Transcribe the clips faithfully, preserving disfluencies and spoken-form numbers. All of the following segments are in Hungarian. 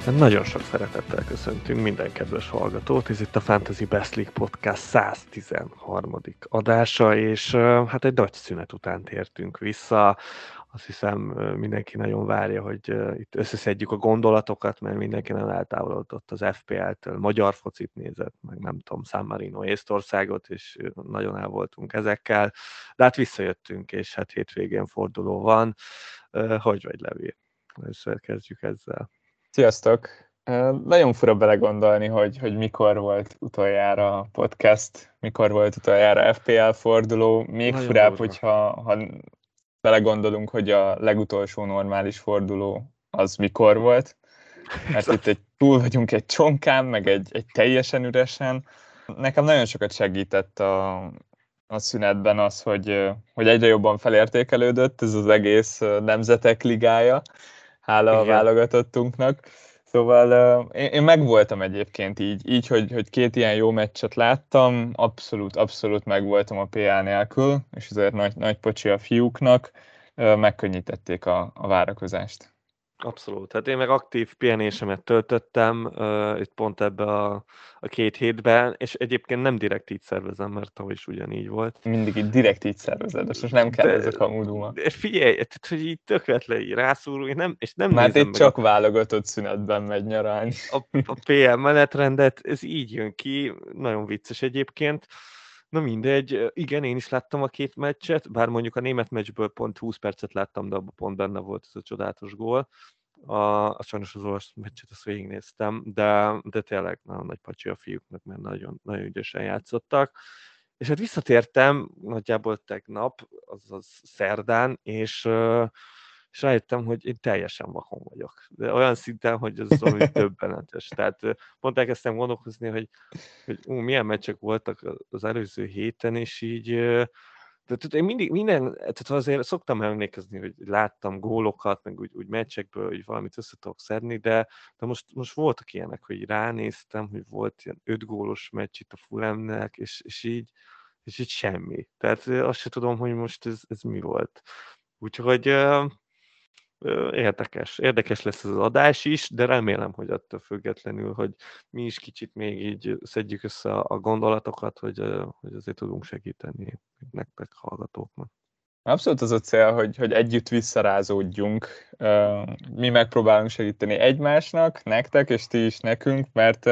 Nagyon sok szeretettel köszöntünk minden kedves hallgatót, ez itt a Fantasy Best League Podcast száz tizenharmadik adása, és uh, hát egy nagy szünet után tértünk vissza. Azt hiszem mindenki nagyon várja, hogy uh, itt összeszedjük a gondolatokat, mert mindenki nem eltávolodott az ef pé el-től, magyar focit nézett, meg nem tudom, San Marino, Észtországot, és nagyon el voltunk ezekkel, de hát visszajöttünk, és hát hétvégén forduló van. Uh, hogy vagy, Levi? Először kezdjük ezzel. Sziasztok! Nagyon fura belegondolni, hogy, hogy mikor volt utoljára a podcast, mikor volt utoljára ef pé el forduló. Még Nagyon furább, durva. hogyha ha belegondolunk, hogy a legutolsó normális forduló az mikor volt. Mert itt egy, túl vagyunk egy csonkán, meg egy, egy teljesen üresen. Nekem nagyon sokat segített a, a szünetben az, hogy, hogy egyre jobban felértékelődött ez az egész nemzetek ligája. Hála Igen. a válogatottunknak. Szóval uh, én, én megvoltam egyébként így, így hogy, hogy két ilyen jó meccset láttam, abszolút, abszolút megvoltam a pé el nélkül, és ezért nagy, nagy pocsi a fiúknak, uh, megkönnyítették a, a várakozást. Abszolút. Hát én meg aktív pihenésemet töltöttem uh, itt pont ebbe a, a két hétben, és egyébként nem direkt így szervezem, mert tavaly is ugyanígy volt. Mindig így direkt így szervezed, és most nem kell de, ezek a múduma. De figyelj, tehát, hogy így tökéletlen így rászúrul, én nem, és nem Már nézem itt meg csak a, válogatott szünetben megy nyaralni. A, a pé el menetrendet, ez így jön ki, nagyon vicces egyébként. Na mindegy, igen, én is láttam a két meccset, bár mondjuk a német meccsből pont húsz percet láttam, de abban pont benne volt ez a csodálatos gól. A, a sajnos az olasz meccset azt végignéztem, de, de tényleg nagyon nagy pacsi a fiúknak, mert nagyon, nagyon ügyesen játszottak. És hát visszatértem nagyjából tegnap, azaz szerdán, és, és rájöttem, hogy én teljesen vakon vagyok. De olyan szinten, hogy ez valami döbbenetes. Tehát pont elkezdtem gondolkozni, hogy, hogy ú, milyen meccsek voltak az előző héten, és így de tehát én mindig, minden, tehát azért szoktam emlékezni, hogy láttam gólokat, meg úgy, úgy meccsekből, hogy valamit össze tudok szedni, de, de most, most voltak ilyenek, hogy ránéztem, hogy volt ilyen öt gólos meccs itt a Fulhamnek, és, és így, és így semmi. Tehát azt se tudom, hogy most ez, ez mi volt. Úgyhogy Érdekes. Érdekes lesz ez az adás is, de remélem, hogy attól függetlenül, hogy mi is kicsit még így szedjük össze a gondolatokat, hogy, hogy azért tudunk segíteni nektek, hallgatóknak. Abszolút az a cél, hogy, hogy együtt visszarázódjunk. Mi megpróbálunk segíteni egymásnak, nektek, és ti is nekünk, mert,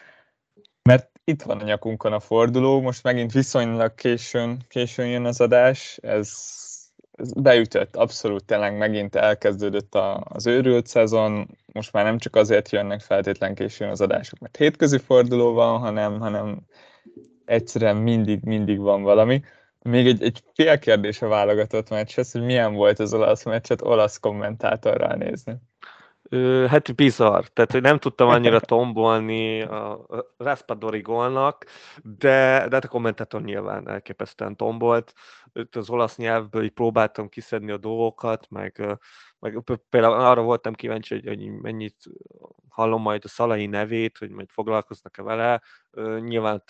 mert itt van a nyakunkon a forduló, most megint viszonylag későn, későn jön az adás, ez, ez beütött, abszolút tényleg megint elkezdődött a, az őrült szezon, most már nem csak azért jönnek feltétlen későn az adások, mert hétközi forduló van, hanem, hanem egyszerűen mindig, mindig van valami. Még egy, egy fél kérdés a válogatott meccshez, hogy milyen volt az olasz meccset olasz kommentátorral nézni. Ö, hát bizarr, tehát hogy nem tudtam annyira tombolni a Raspadori gólnak, de, de hát a kommentátor nyilván elképesztően tombolt. Itt az olasz nyelvből így próbáltam kiszedni a dolgokat, meg, meg például arra voltam kíváncsi, hogy, hogy mennyit hallom majd a Szalai nevét, hogy majd foglalkoznak-e vele. Nyilván,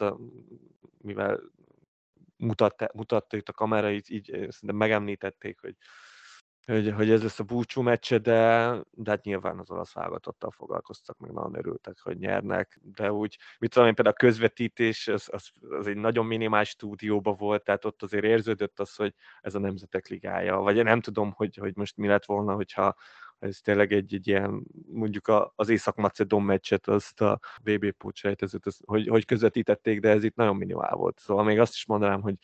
mivel mutatta, mutatta itt a kamera, így, így szerintem megemlítették, hogy Hogy, hogy ez lesz a búcsú meccse, de, de hát nyilván az olasz válogatottal foglalkoztak, meg nagyon örültek, hogy nyernek, de úgy, mit tudom én, például a közvetítés, az, az, az egy nagyon minimális stúdióba volt, tehát ott azért érződött az, hogy ez a Nemzetek Ligája, vagy én nem tudom, hogy, hogy most mi lett volna, hogyha ez tényleg egy, egy ilyen, mondjuk a, az Észak-Macedón meccset, azt a vé bé pótsejtezőt, hogy, hogy közvetítették, de ez itt nagyon minimál volt. Szóval még azt is mondanám, hogy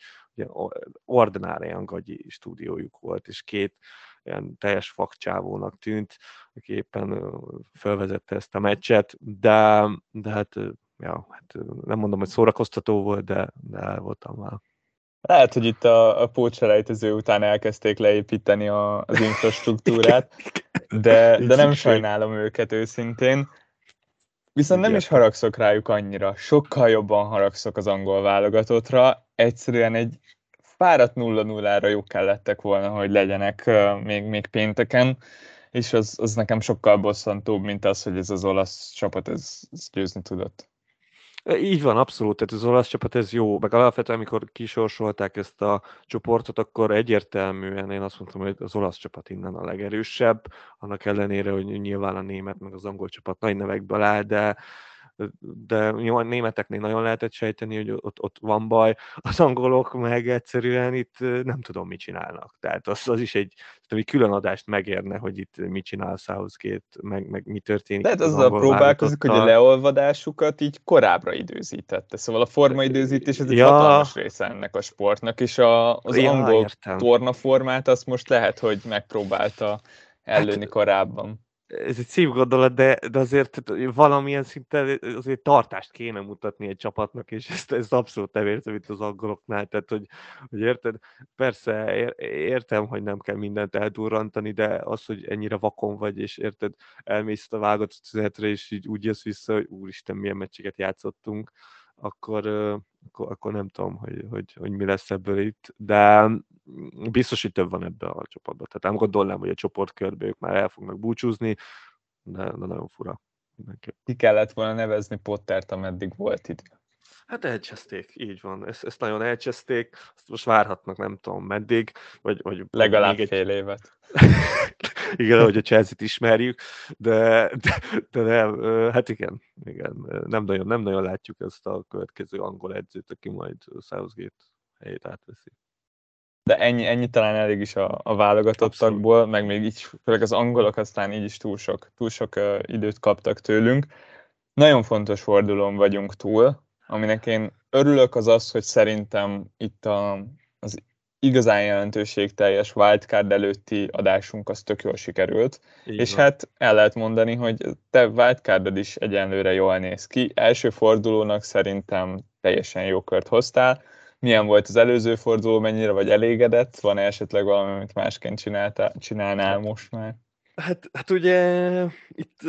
ordinárian gagyi stúdiójuk volt, és két ilyen teljes fakcsávónak tűnt, aki éppen felvezette ezt a meccset, de, de hát, ja, hát nem mondom, hogy szórakoztató volt, de, de el voltam már. Lehet, hogy itt a, a pótselejtező után elkezdték leépíteni a, az infrastruktúrát, de, de nem sajnálom őket őszintén. Viszont nem is haragszok rájuk annyira, sokkal jobban haragszok az angol válogatottra, egyszerűen egy fáradt nulla nullára jók kellettek volna, hogy legyenek uh, még, még pénteken, és az, az nekem sokkal bosszantóbb, mint az, hogy ez az olasz csapat ez, ez győzni tudott. Így van, abszolút, tehát az olasz csapat ez jó, meg alapvetően amikor kisorsolták ezt a csoportot, akkor egyértelműen én azt mondtam, hogy az olasz csapat innen a legerősebb, annak ellenére, hogy nyilván a német meg az angol csapat nagy nevekből áll, de de a németeknél nagyon lehetett sejteni, hogy ott, ott van baj, az angolok meg egyszerűen itt nem tudom, mit csinálnak. Tehát az, az is egy, egy külön adást megérne, hogy itt mit csinál Southgate, meg, meg mi történik Tehát itt az azzal angol próbálkozik, hogy a válogatottal. leolvadásukat így korábbra időzítette. Szóval a formaidőzítés ez egy Ja, hatalmas része ennek a sportnak, és a, az ja, angol értem. tornaformát azt most lehet, hogy megpróbálta Hát ellőni korábban. ez egy szív gondolat, de, de azért valamilyen szinten azért tartást kéne mutatni egy csapatnak, és ezt, ezt abszolút nem értem itt az angoloknál, tehát hogy, hogy érted, persze értem, hogy nem kell mindent eldurrantani, de az, hogy ennyire vakon vagy, és érted, elmész a válogatott szünetre, és így úgy jössz vissza, hogy úristen, milyen meccseket játszottunk, akkor, akkor, akkor nem tudom, hogy, hogy, hogy mi lesz ebből itt, de biztos, hogy több van ebben a csapatban. Tehát nem gondolnám, hogy a csoportkörbe ők már el fognak búcsúzni, de, de nagyon fura. Mindenképp. Ki kellett volna nevezni Pottert, ameddig volt idő. Hát elcseszték, így van. Ezt, ezt nagyon elcseszték, ezt most várhatnak nem tudom meddig, vagy, vagy, vagy Legalább még egy... fél évet. Igen, hogy a Chelsea-t ismerjük, de, de, de nem, hát igen, igen, nem nagyon, nem nagyon látjuk ezt a következő angol edzőt, aki majd Southgate helyét átveszi. De ennyi, ennyi talán elég is a, a válogatottakból, Abszolút. meg még így, főleg az angolok aztán így is túl sok, túl sok uh, időt kaptak tőlünk. Nagyon fontos fordulón vagyunk túl, aminek én örülök az az, hogy szerintem itt a, az igazán jelentőségteljes wildcard előtti adásunk az tök jól sikerült, Így és van. hát el lehet mondani, hogy te wildcardod is egyenlőre jól néz ki. Első fordulónak szerintem teljesen jó kört hoztál. Milyen volt az előző forduló, mennyire vagy elégedett? Van-e esetleg valami, amit másként csináltál, csinálnál most már? Hát, hát ugye itt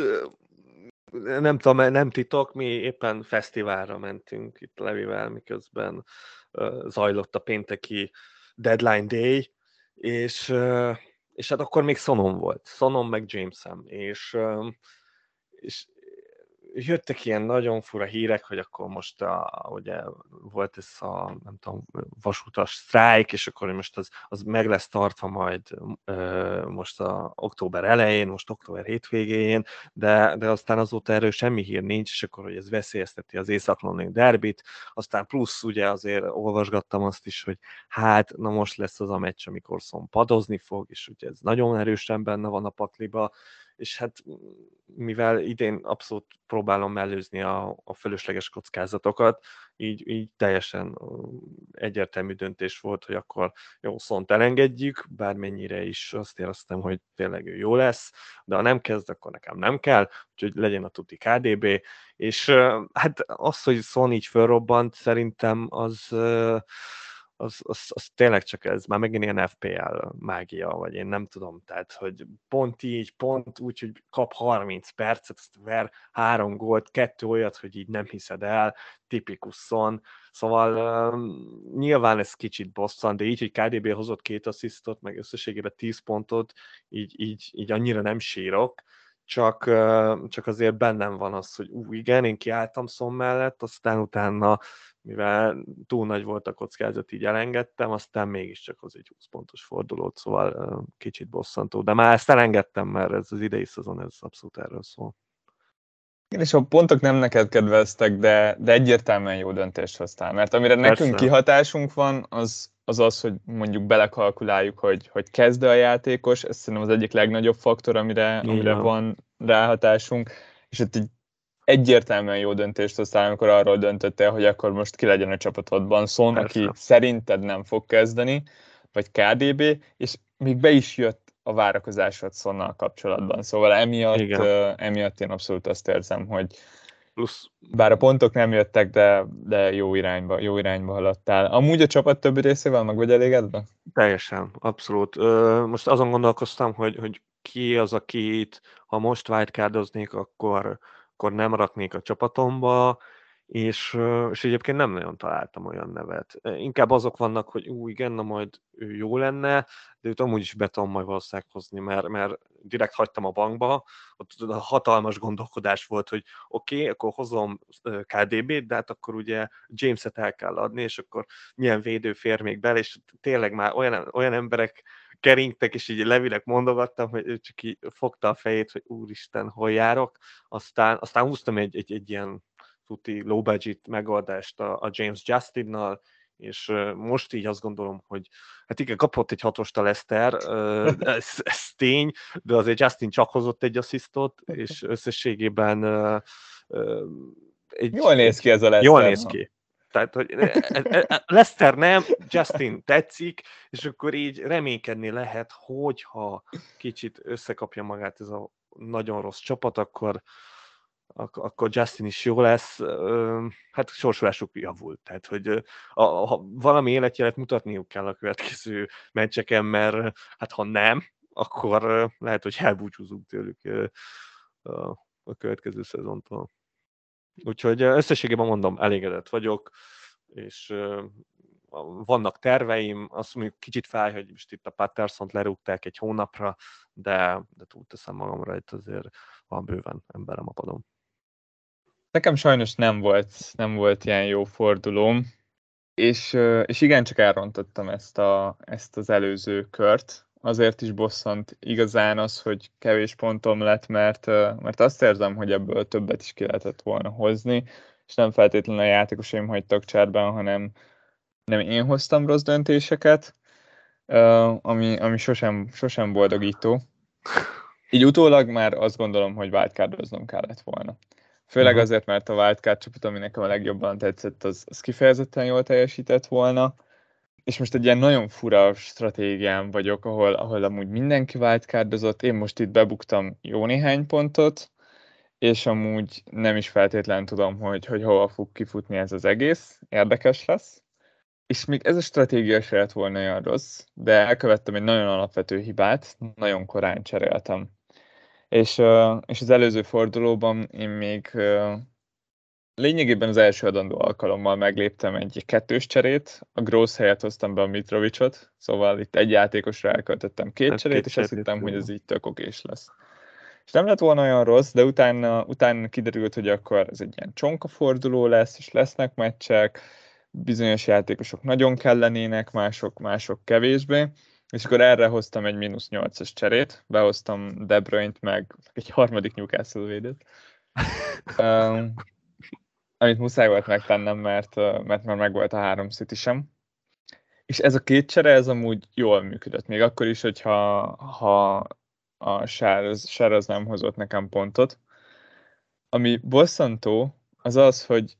nem tudom, nem titok, mi éppen fesztiválra mentünk itt Levivel, miközben uh, zajlott a pénteki deadline day, és, uh, és hát akkor még Sonom volt, Sonom meg Jamesem, és, uh, és jöttek ilyen nagyon fura hírek, hogy akkor most a, ugye volt ez a, nem tudom, vasútas sztrájk, és akkor most az, az meg lesz tartva majd ö, most a október elején, most október hétvégén, de, de aztán azóta erről semmi hír nincs, és akkor, hogy ez veszélyezteti az Észak-Londoni derbit, aztán plusz ugye azért olvasgattam azt is, hogy hát, na most lesz az a meccs, amikor Son padozni fog, és ugye ez nagyon erősen benne van a pakliba, és hát mivel idén abszolút próbálom mellőzni a, a fölösleges kockázatokat, így, így teljesen egyértelmű döntés volt, hogy akkor jó, Szont elengedjük, bármennyire is azt éreztem, hogy tényleg ő jó lesz, de ha nem kezd, akkor nekem nem kell, úgyhogy legyen a tuti ká dé bé, és hát az, hogy Son így fölrobbant, szerintem az az, az, az tényleg csak ez, már megint ilyen ef pé el mágia, vagy én nem tudom, tehát, hogy pont így, pont úgy, hogy kap harminc percet, azt ver három gólt, kettő olyat, hogy így nem hiszed el, tipikus Son, szóval um, nyilván ez kicsit bosszant, de így, hogy ká dé bé hozott két asszisztot, meg összességében tíz pontot, így, így, így annyira nem sírok, csak, csak azért bennem van az, hogy ú, igen, én kiálltam Son mellett, aztán utána mivel túl nagy volt a kockázat, így elengedtem, aztán mégiscsak az egy húsz pontos fordulót, szóval kicsit bosszantó. De már ezt elengedtem, mert ez az idei szezon, ez abszolút erről szól. Igen, és a pontok nem neked kedveztek, de, de egyértelműen jó döntést hoztál. Mert amire Persze. nekünk kihatásunk van, az, az az, hogy mondjuk belekalkuláljuk, hogy, hogy kezd a játékos, ez szerintem az egyik legnagyobb faktor, amire, amire van. van ráhatásunk, és itt így egyértelműen jó döntést hoztál, amikor arról döntöttél, hogy akkor most ki legyen a csapatodban Son, Persze. aki szerinted nem fog kezdeni, vagy ká dé bé, és még be is jött a várakozásod Sonnal kapcsolatban. Szóval emiatt, uh, emiatt én abszolút azt érzem, hogy Plusz. bár a pontok nem jöttek, de, de jó irányba, jó irányba haladtál. Amúgy a csapat többi részével meg vagy elégedve? Teljesen, abszolút. Most azon gondolkoztam, hogy, hogy ki az, akit, ha most wildcardoznék, akkor, akkor nem raknék a csapatomba, és, és egyébként nem nagyon találtam olyan nevet. Inkább azok vannak, hogy ú, igen, na majd ő jó lenne, de őt amúgy is be tudom majd valószínűleg hozni, mert, mert direkt hagytam a bankba, ott hatalmas gondolkodás volt, hogy oké, okay, akkor hozom ká dé bét, de hát akkor ugye Jameset el kell adni, és akkor milyen védő fér még bele, és tényleg már olyan, olyan emberek keringtek, és így levilek mondogattam, hogy ő csak így fogta a fejét, hogy úristen, hol járok, aztán, aztán húztam egy, egy, egy ilyen tuti low budget megoldást a, a James Justinnal, és most így azt gondolom, hogy hát igen, kapott egy hatost a Leicester, ez, ez tény, de azért Justin csak hozott egy asszisztot, és összességében egy, Jól néz egy ki ez a jól Leicester. néz ki. Tehát, hogy Leicester nem, Justin tetszik, és akkor így reménykedni lehet, hogyha kicsit összekapja magát ez a nagyon rossz csapat, akkor, akkor Justin is jó lesz. Hát sorsolásuk javult. Tehát, hogy ha valami életjelet mutatniuk kell a következő meccseken, mert hát ha nem, akkor lehet, hogy elbúcsúzunk tőlük a következő szezontól. Úgyhogy összességében mondom, elégedett vagyok, és vannak terveim, azt mondjuk kicsit fáj, hogy most itt a Pattersont lerúgták egy hónapra, de, de túlteszem magamra, itt azért van bőven emberem a padon. Nekem sajnos nem volt, nem volt ilyen jó fordulóm, és, és igencsak elrontottam ezt, a, ezt az előző kört. Azért is bosszant igazán az, hogy kevés pontom lett, mert, mert azt érzem, hogy ebből többet is ki lehetett volna hozni, és nem feltétlenül a játékosaim hagytak cserben, hanem nem én hoztam rossz döntéseket, ami, ami sosem, sosem boldogító. Így utólag már azt gondolom, hogy wildcardoznom kellett volna. Főleg uh-huh. azért, mert a wildcard csapat, ami nekem a legjobban tetszett, az, az kifejezetten jól teljesített volna, és most egy ilyen nagyon fura stratégián vagyok, ahol, ahol amúgy mindenki wildcardozott, én most itt bebuktam jó néhány pontot, és amúgy nem is feltétlenül tudom, hogy, hogy hova fog kifutni ez az egész, érdekes lesz. És még ez a stratégia se lett volna olyan rossz, de elkövettem egy nagyon alapvető hibát, nagyon korán cseréltem. És, és az előző fordulóban én még lényegében az első adandó alkalommal megléptem egy kettős cserét, a Gross helyett hoztam be a Mitrovicsot, szóval itt egy játékosra elköltöttem két cserét, két és azt hittem, hogy ez így tök okés lesz. És nem lett volna olyan rossz, de utána, utána kiderült, hogy akkor ez egy ilyen csonka forduló lesz, és lesznek meccsek, bizonyos játékosok nagyon kellenének, mások, mások kevésbé, és akkor erre hoztam egy mínusz nyolcas cserét, behoztam De Bruyne-t, meg egy harmadik Newcastle védőt, um, amit muszáj volt megtennem, mert, mert már megvolt a három City sem. És ez a két csere, ez amúgy jól működött, még akkor is, hogyha ha a Sár az nem hozott nekem pontot. Ami bosszantó, az az, hogy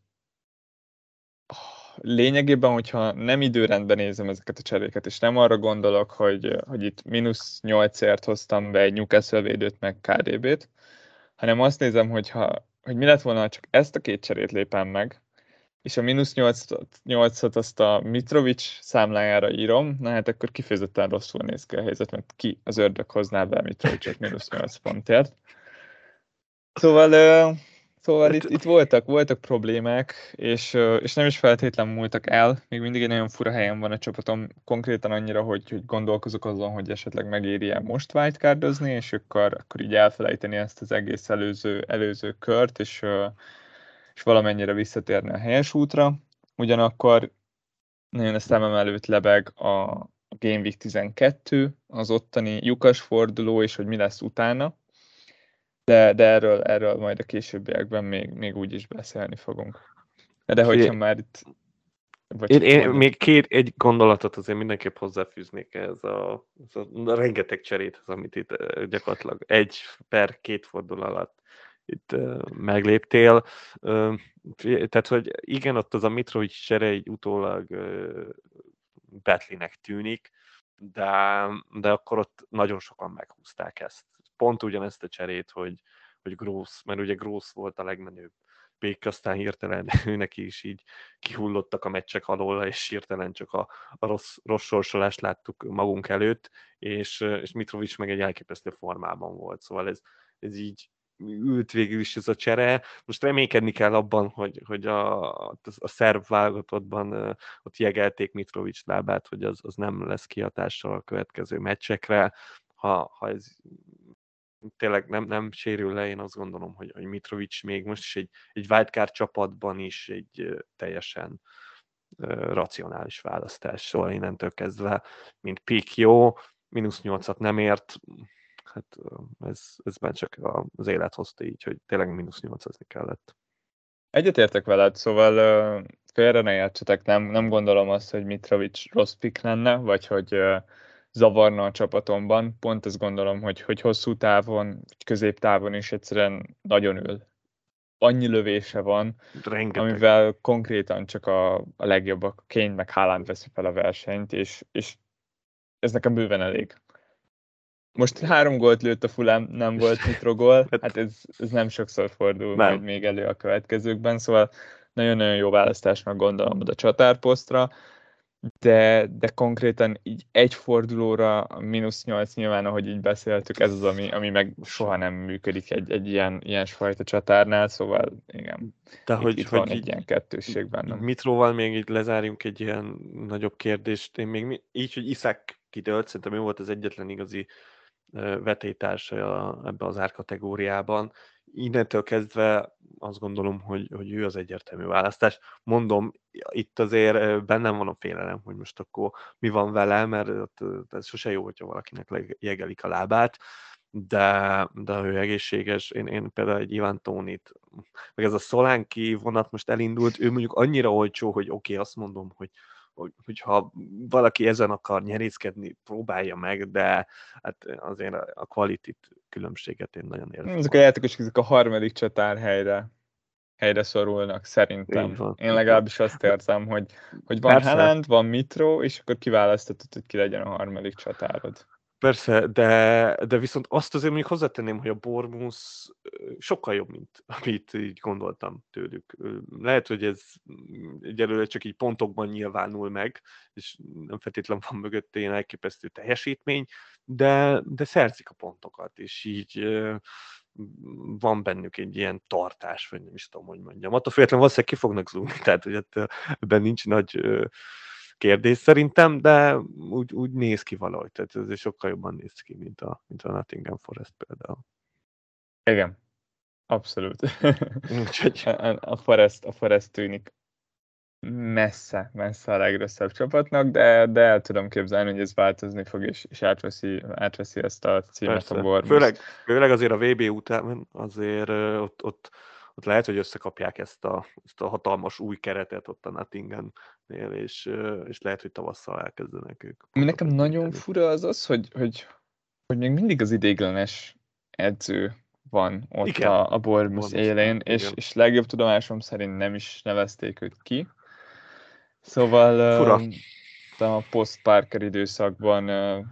lényegében, hogyha nem időrendben nézem ezeket a cseréket, és nem arra gondolok, hogy, hogy itt mínusz nyolcért hoztam be egy Newcastle védőt, meg ká dé bét, hanem azt nézem, hogyha, hogy mi lett volna, ha csak ezt a két cserét lépem meg, és a mínusz nyolcat azt a Mitrovic számlájára írom, na hát akkor kifejezetten rosszul néz ki a helyzet, mert ki az ördög hozná be Mitrovicot mínusz nyolc pontért. Szóval... Szóval itt, itt voltak, voltak problémák, és, és nem is feltétlenül múltak el. Még mindig egy nagyon fura helyen van a csapatom, konkrétan annyira, hogy, hogy gondolkozok azon, hogy esetleg megéri-e most wildcardozni, és akkor, akkor így elfelejteni ezt az egész előző, előző kört, és, és valamennyire visszatérni a helyes útra. Ugyanakkor nagyon a szemem előtt lebeg a Game Week tizenkettő, az ottani lyukas forduló, és hogy mi lesz utána. De, de erről, erről majd a későbbiekben még, még úgy is beszélni fogunk. De hogyha már itt... Én, én még két, egy gondolatot azért mindenképp hozzáfűznék ez a, ez a, a rengeteg cserét, amit itt gyakorlatilag egy per két fordul alatt itt uh, megléptél. Uh, tehát, hogy igen, ott az a Mitrovic csere egy utólag uh, betlinek tűnik, de, de akkor ott nagyon sokan meghúzták ezt. Pont ugyanezt a cserét, hogy, hogy Gross, mert ugye Gross volt a legmenőbb pék, aztán hirtelen őnek is így kihullottak a meccsek alól, és hirtelen csak a, a rossz, rossz sorsolást láttuk magunk előtt, és, és Mitrovic meg egy elképesztő formában volt, szóval ez, ez így ült végül is ez a csere. Most reménykedni kell abban, hogy, hogy a, a szerb válogatottban ott jegelték Mitrovic lábát, hogy az, az nem lesz kihatással a következő meccsekre. Ha, ha ez tényleg nem, nem sérül le, én azt gondolom, hogy, hogy Mitrovic még most is egy, egy wildcard csapatban is egy teljesen racionális választás. Szóval innentől kezdve, mint pick jó, mínusz nyolcat nem ért, hát ez, ez már csak az élet hozta így, hogy tényleg mínusz nyolcazni kellett. Egyetértek veled, szóval uh, félre ne értsetek, nem, nem gondolom azt, hogy Mitrovic rossz pick lenne, vagy hogy uh, zavarna a csapatomban. Pont azt gondolom, hogy, hogy hosszú távon, vagy középtávon is egyszerűen nagyon ül. Annyi lövése van, Rengeteg. amivel konkrétan csak a, a legjobbak, Kane meg Haaland veszi fel a versenyt, és, és ez nekem bőven elég. Most három gólt lőtt a Fulham, nem volt Mitro gól, hát ez, ez nem sokszor fordul nem. majd még elő a következőkben, szóval nagyon-nagyon jó választásnak gondolom a csatárposztra, de, de konkrétan így egy fordulóra a mínusz nyolc nyilván, ahogy így beszéltük, ez az, ami, ami meg soha nem működik egy, egy ilyen, ilyen fajta csatárnál, szóval igen, de itt, hogy, itt hogy van így, egy ilyen kettősség bennem. Mitróval még így lezárjunk egy ilyen nagyobb kérdést, én még így, hogy Iszák kidőlt, szerintem ő volt az egyetlen igazi vetélytársa ebbe az árkategóriában. Innentől kezdve azt gondolom, hogy, hogy ő az egyértelmű választás. Mondom, itt azért bennem van a félelem, hogy most akkor mi van vele, mert ez sose jó, hogyha valakinek jegelik a lábát, de, de ő egészséges. Én, én például egy Ivan Tonit, meg ez a Solanke vonat most elindult, ő mondjuk annyira olcsó, hogy oké, okay, azt mondom, hogy hogy, hogyha valaki ezen akar nyerészkedni, próbálja meg, de hát azért a quality különbséget én nagyon érzem. Ezek a játékosok ezek a harmadik csatár helyre, helyre szorulnak, szerintem. Van, én legalábbis van. Azt érzem, hogy, hogy van Persze. Haaland, van Mitro, és akkor kiválasztatod, hogy ki legyen a harmadik csatárod. Persze, de, de viszont azt azért még hozzátenném, hogy a Bournemouth sokkal jobb, mint amit így gondoltam tőlük. Lehet, hogy ez egyelőre csak így pontokban nyilvánul meg, és nem feltétlenül van mögött ilyen elképesztő teljesítmény, de, de szerzik a pontokat, és így van bennük egy ilyen tartás, vagy nem is tudom, hogy mondjam. Attól függetlenül valószínűleg ki fognak zúgni, tehát hogy ebben nincs nagy kérdés szerintem, de úgy, úgy néz ki valahogy, tehát ez sokkal jobban néz ki, mint a, mint a Nottingham Forest például. Igen, abszolút. Úgyhogy... a, a, Forest, a Forest tűnik messze, messze a legrosszabb csapatnak, de, de el tudom képzelni, hogy ez változni fog, és, és átveszi, átveszi ezt a címet Persze. a Bournemouth. Főleg, főleg azért a vé bé után azért ott, ott, ott lehet, hogy összekapják ezt a, ezt a hatalmas új keretet ott a Nottinghamnél, és, és lehet, hogy tavasszal elkezdenek ők. Ami nekem nagyon fura az az, hogy, hogy, hogy még mindig az ideiglenes edző van ott igen, a, a Bournemouth élén, és, és legjobb tudomásom szerint nem is nevezték őt ki. Szóval Fura. Uh, a post-Parker időszakban... Uh,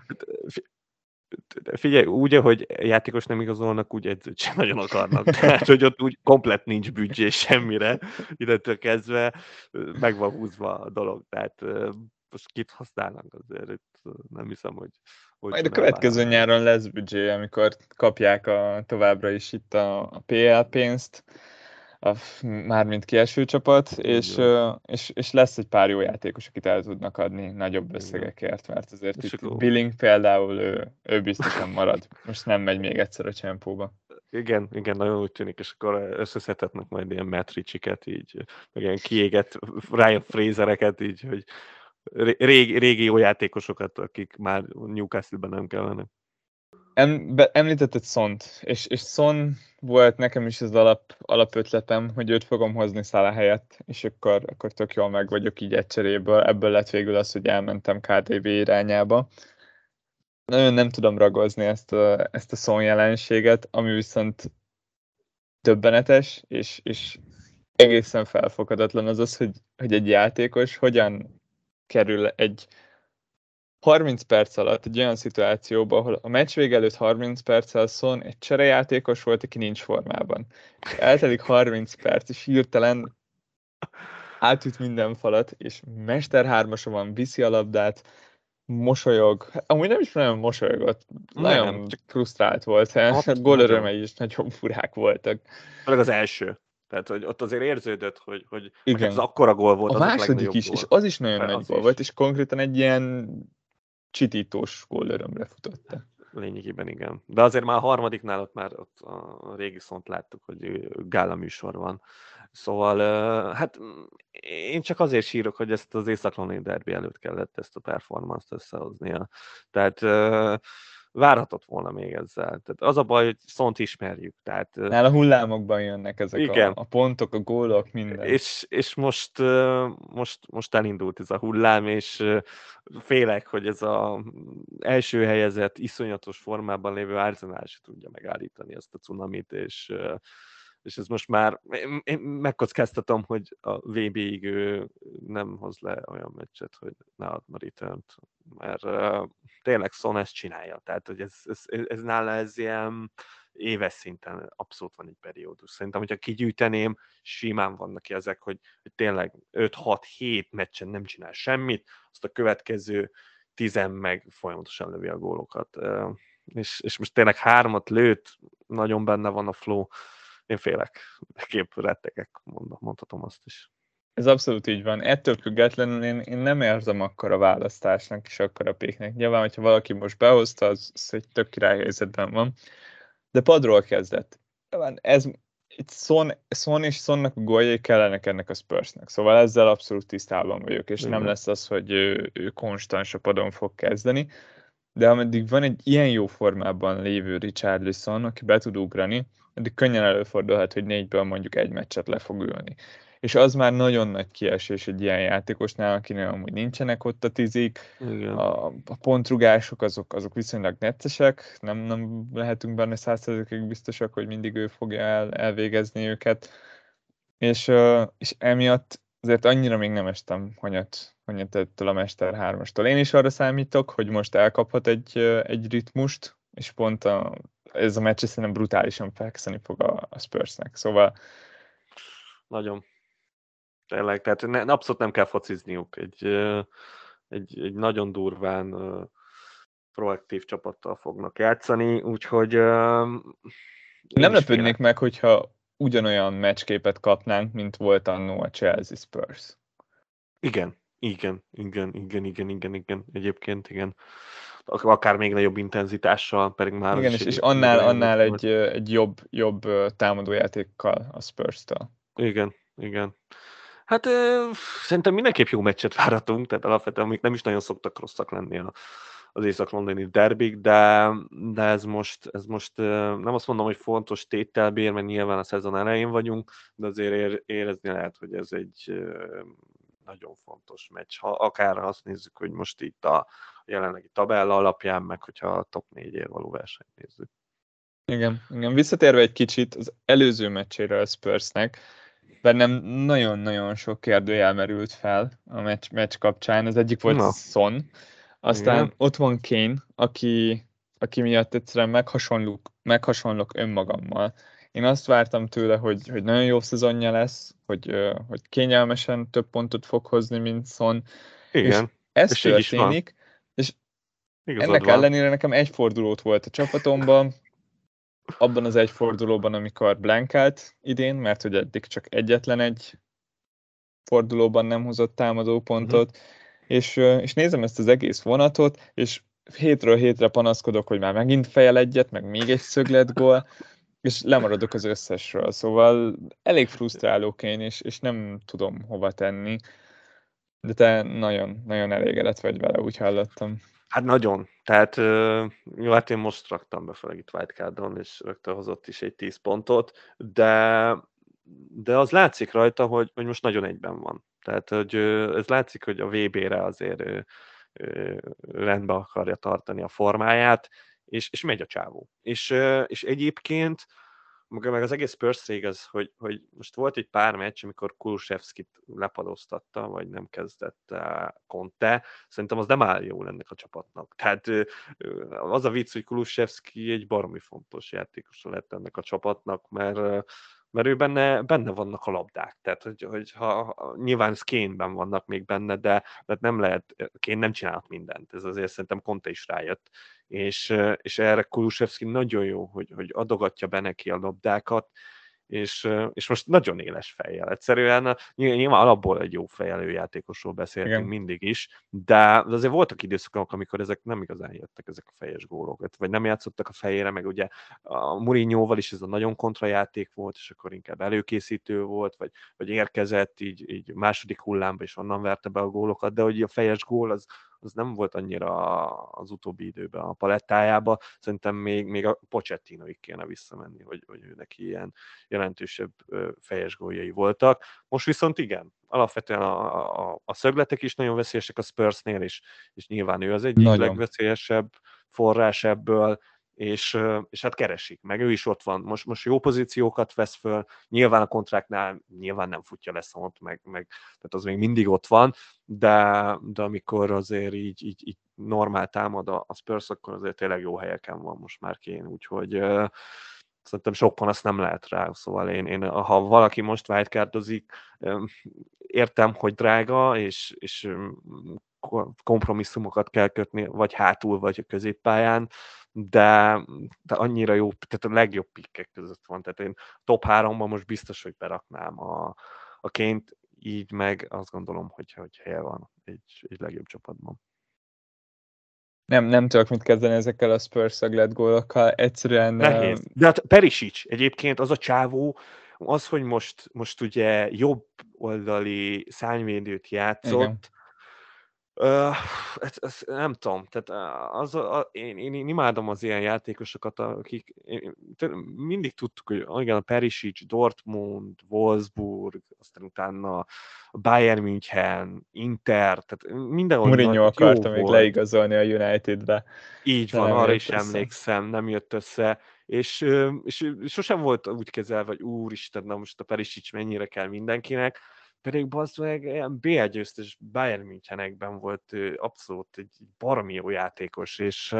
Figyelj, úgy, hogy játékos nem igazolnak, úgy edzőt sem nagyon akarnak. Tehát, hogy ott úgy komplet nincs büdzsé semmire, innentől kezdve meg van húzva a dolog. Tehát most kit használnak azért, itt nem hiszem, hogy... Majd a következő nyáron lesz büdzsé, amikor kapják a, továbbra is itt a, a pé el pénzt, a, mármint kieső csapat, és, és, és lesz egy pár jó játékos, akit el tudnak adni nagyobb összegekért, mert azért itt akkor... Billing például ő, ő biztosan marad. Most nem megy még egyszer a csempóba. Igen, igen, nagyon úgy tűnik, és akkor összeszedhetnek majd ilyen Matt-Ricsiket, így, meg ilyen kiégett Ryan Frasereket, így, hogy régi, régi jó játékosokat, akik már Newcastle-ben nem kellene. Em, be, említetted Sont, és, és Son volt nekem is az alap, alapötletem, hogy őt fogom hozni Salah helyett, és akkor, akkor tök jól meg vagyok így egyszeréből. Ebből lett végül az, hogy elmentem ká dé bé irányába. Nagyon nem tudom ragozni ezt a, ezt a Son jelenséget, ami viszont döbbenetes, és, és egészen felfoghatatlan az az, hogy, hogy egy játékos hogyan kerül egy harminc perc alatt egy olyan szituációba, ahol a meccs vége előtt harminc perccel Son egy cserejátékos volt, aki nincs formában. És eltelik harminc perc, és hirtelen átüt minden falat, és mesterhármasa van, viszi a labdát, mosolyog, amúgy nem is nagyon mosolyogott, Nem, nagyon csak frusztrált volt, a absz- gól nagyon. örömei is nagyon furák voltak. Főleg az első. Tehát, hogy ott azért érződött, hogy, hogy meg hát az Igen. akkora gól volt, A az a második legnagyobb is, és gól. az is nagyon Be- nagy Az gól volt, is. és konkrétan egy ilyen csitítós gól örömre futotta. Lényegében igen. De azért már a harmadiknál ott már ott a régi szont láttuk, hogy gála műsor van. Szóval, hát én csak azért sírok, hogy ezt az Észak-Londoni derbi előtt kellett ezt a performance-t összehoznia. Tehát várhatott volna még ezzel. Tehát az a baj, hogy Szont ismerjük. Tehát, Nála hullámokban jönnek ezek a, igen, a pontok, a gólok, minden. és, és most, most, most elindult ez a hullám, és félek, hogy ez az első helyezett, iszonyatos formában lévő Arsenal se tudja megállítani ezt a cunamit, és, és ez most már, én megkockáztatom, hogy a vé bé-ig ő nem hoz le olyan meccset, hogy ne adna return-t, mert tényleg Son ezt csinálja, tehát hogy ez, ez, ez nála ez ilyen éves szinten abszolút van egy periódus. Szerintem, hogyha kigyűjteném, simán vannak ki ezek, hogy, hogy tényleg öt hat hét meccsen nem csinál semmit, azt a következő tizen meg folyamatosan lövi a gólokat. És, és most tényleg hármat lőtt, nagyon benne van a flow. Én félek, kép rettegek, mondhatom azt is. Ez abszolút így van. Ettől függetlenül én, én nem érzem akkor a választásnak és akkor a péknek. Nyilván, hogyha valaki most behozta, az, az egy tök király helyzetben van. De padról kezdett. Nyilván ez itt Son, Son és Sonnak a góljai kellenek ennek a Spursnek. Szóval ezzel abszolút tisztában vagyok, és nem Igen. lesz az, hogy ő, ő konstans a padon fog kezdeni. De ameddig van egy ilyen jó formában lévő Richarlison, aki be tud ugrani, addig könnyen előfordulhat, hogy négyből mondjuk egy meccset le fog ülni. És az már nagyon nagy kiesés egy ilyen játékosnál, akinél amúgy nincsenek ott a tizik, Igen. a, a pontrugások azok, azok viszonylag neccesek, nem, nem lehetünk benne száz százalékig biztosak, hogy mindig ő fogja el, elvégezni őket, és, és emiatt azért annyira még nem estem hanyat, hanyat ettől a Mester hármastól. Én is arra számítok, hogy most elkaphat egy, egy ritmust, és pont a, ez a meccs szerintem brutálisan fekszeni fog a, a Spursnek. Szóval Nagyon. Tényleg, tehát ne, abszolút nem kell focizniuk. Egy, egy, egy nagyon durván proaktív csapattal fognak játszani, úgyhogy én nem is lepődnék félek. meg, hogyha ugyanolyan meccsképet kapnánk, mint volt annó a Chelsea Spurs. Igen, igen, igen, igen, igen, igen, igen, egyébként igen. Akár még nagyobb intenzitással, pedig már az Igen, is és, és egy annál, nagyon jó meccs annál volt. egy, egy jobb, jobb támadójátékkal a Spurs-től. Igen, igen. Hát ö, szerintem mindenképp jó meccset várhatunk, tehát alapvetően még nem is nagyon szoktak rosszak lenni a, az észak-londoni derbik, de, de ez most, ez most ö, nem azt mondom, hogy fontos tételbér, mert nyilván a szezon elején vagyunk, de azért ér, érezni lehet, hogy ez egy ö, nagyon fontos meccs. Ha akár azt nézzük, hogy most itt a jelenlegi tabella alapján, meg hogyha a top négyért való versenyt nézzük. Igen, igen. Visszatérve egy kicsit az előző meccsére a Spursnek, bennem nagyon-nagyon sok kérdőjel merült fel a meccs, meccs kapcsán. Az egyik volt Na, Son, aztán igen, ott van Kane, aki, aki miatt egyszerűen meghasonlok, meghasonlok önmagammal. Én azt vártam tőle, hogy, hogy nagyon jó szezonja lesz, hogy, hogy kényelmesen több pontot fog hozni, mint Son, és igen, ez és így is van, történik, és igazad ennek van. ellenére nekem egy fordulót volt a csapatomban, abban az egy fordulóban, amikor blankált idén, mert hogy eddig csak egyetlen egy fordulóban nem hozott támadó Uh-huh. pontot, és, és nézem ezt az egész vonatot, és hétről hétre panaszkodok, hogy már megint fejel egyet, meg még egy szögletgól, és lemaradok az összesről, szóval elég frusztrálók én, és, és nem tudom hova tenni, de te nagyon, nagyon elégedett vagy vele, úgy hallottam. Hát nagyon. Tehát jó, hát én most raktam be fel itt Wildcardon, és rögtön hozott is egy tíz pontot, de, de az látszik rajta, hogy, hogy most nagyon egyben van. Tehát, hogy ez látszik, hogy a vé bé-re azért ő, ő, rendbe akarja tartani a formáját, és, és megy a csávó. És, és egyébként meg meg az egész Spurs az, hogy, hogy most volt egy pár meccs, amikor Kulusevskit lepadoztatta, vagy nem kezdett Conte, szerintem az nem áll jól ennek a csapatnak. Tehát az a vicc, hogy Kulusevski egy baromi fontos játékos lett ennek a csapatnak, mert mert ő benne, benne vannak a labdák, tehát hogy, hogy ha, ha, nyilván Kane-ben vannak még benne, de, de nem lehet, Kane nem csinálhat mindent, ez azért szerintem Conte is rájött, és, és erre Kulusevski nagyon jó, hogy, hogy adogatja be neki a labdákat, és, és most nagyon éles fejjel. Egyszerűen nyilván alapból egy jó fejelő játékosról beszéltünk Igen. mindig is, de azért voltak időszakok, amikor ezek nem igazán jöttek, ezek a fejes gólok, vagy nem játszottak a fejére, meg ugye a Mourinhoval is ez a nagyon kontrajáték volt, és akkor inkább előkészítő volt, vagy, vagy érkezett így, így második hullámba, és onnan verte be a gólokat, de hogy a fejes gól az, az nem volt annyira az utóbbi időben a palettájába. Szerintem még, még a Pochettinoig kéne visszamenni, hogy, hogy ő neki ilyen jelentősebb fejes góljai voltak. Most viszont igen, alapvetően a, a, a szögletek is nagyon veszélyesek a Spursnél, és, és nyilván ő az egyik Nagyon. legveszélyesebb forrás ebből, és, és hát keresik, meg ő is ott van. Most, most jó pozíciókat vesz föl, nyilván a kontráknál nyilván nem futja le Szont, meg, meg tehát az még mindig ott van, de, de amikor azért így, így, így normál támad a, a Spurs, akkor azért tényleg jó helyeken van most már Kane, úgyhogy uh, szerintem sok panasz nem lehet rá, szóval én, én ha valaki most wildcardozik, értem, hogy drága, és, és kompromisszumokat kell kötni, vagy hátul, vagy a középpályán, de, de annyira jó, tehát a legjobb pikkek között van, tehát én top háromban most biztos, hogy beraknám a, a Kane-t, így meg azt gondolom, hogy, hogy helye van egy, egy legjobb csapatban. Nem, nem tudok mit kezdeni ezekkel a Spurs szöglet gólokkal, egyszerűen... Nehéz. De hát Perisic egyébként az a csávó, az, hogy most, most ugye jobb oldali szárnyvédőt játszott, Igen. Uh, ez, ez, nem tudom, tehát az, a, én, én, én imádom az ilyen játékosokat, akik én, mindig tudtuk, hogy igen, a Perisic, Dortmund, Wolfsburg, aztán utána Bayern München, Inter, tehát mindenhol Mourinho jó akarta még volt. leigazolni a Unitedbe. Így van, arra is össze. Emlékszem, nem jött össze, és, és sosem volt úgy kezelve, hogy úristen, na most a Perisic mennyire kell mindenkinek, pedig bazd meg ilyen bé egy győztes Bayern Münchenekben volt abszolút egy baromi jó játékos, és,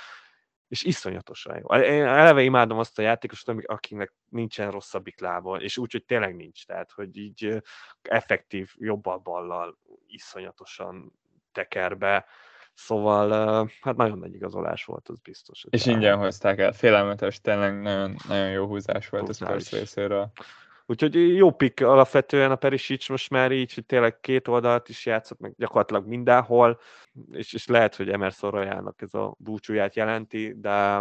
és iszonyatosan jó. Én eleve imádom azt a játékost, akinek nincsen rosszabbik lába, és úgy, hogy tényleg nincs, tehát, hogy így effektív, jobbal ballal iszonyatosan teker be. Szóval hát nagyon nagy igazolás volt, az biztos. És ingyen hozták el. Félelmetes, tényleg nagyon, nagyon jó húzás volt a Spurs részéről. Úgyhogy jó pick alapvetően a Perisic most már így, hogy tényleg két oldalt is játszott, meg gyakorlatilag mindenhol, és, és lehet, hogy Emerson Royalnak ez a búcsúját jelenti, de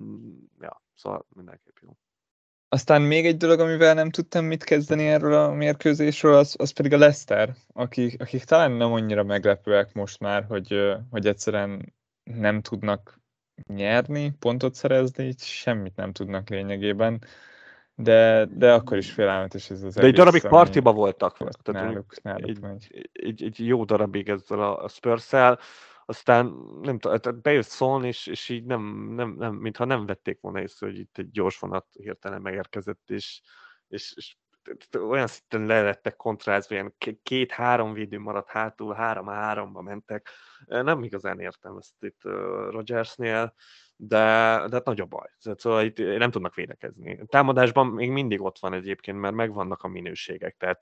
ja, szóval mindenképp jó. Aztán még egy dolog, amivel nem tudtam mit kezdeni erről a mérkőzésről, az, az pedig a Leicester, akik, akik talán nem annyira meglepőek most már, hogy, hogy egyszerűen nem tudnak nyerni, pontot szerezni, semmit nem tudnak lényegében, de, de akkor is félelmetes ez az de egy egész. darabig partiba voltak. Volt Tehát náluk, náluk egy, megy. egy, egy jó darabig ezzel a Spurs-szel, aztán nem tudom, bejött Son, és, és így nem, nem, nem, mintha nem vették volna észre, hogy itt egy gyors vonat hirtelen megérkezett, és, és, és olyan szinten le lettek kontrázva, ilyen két-három védő maradt hátul, három-háromba mentek. Nem igazán értem ezt itt Rodgersnél, de, de hát nagy a baj. Szóval itt nem tudnak védekezni. A támadásban még mindig ott van egyébként, mert megvannak a minőségek, tehát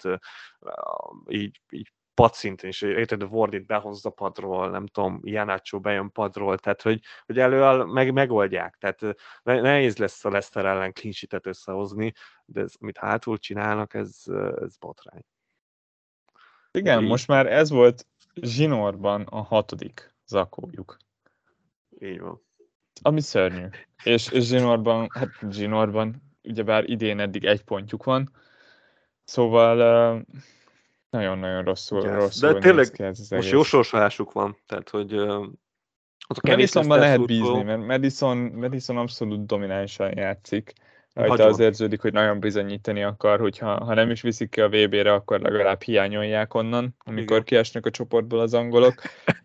így, így padszinten is, érted, a Wardit behozza padról, nem tudom, Iheanacho bejön padról, tehát hogy, hogy előáll, meg, megoldják, tehát nehéz lesz a Leicester ellen clean sheet-et összehozni, de ez, amit hátul csinálnak, ez, ez botrány. Igen, így. Most már ez volt zsinórban a hatodik zakójuk. Így van. Ami szörnyű. És, és zsinórban, hát zsinórban, ugyebár idén eddig egy pontjuk van, szóval uh, nagyon-nagyon rosszul, yes. rosszul de tényleg néz ki ez az most egész. jó sorsolásuk van, tehát hogy uh, ott a Madisonban lehet szúrtó. bízni, mert Madison, Madison abszolút dominánsan játszik. Rajta az érződik, hogy nagyon bizonyítani akar, hogy ha, ha nem is viszik ki a vé bé-re, akkor legalább hiányolják onnan, amikor igen. kiesnek a csoportból az angolok.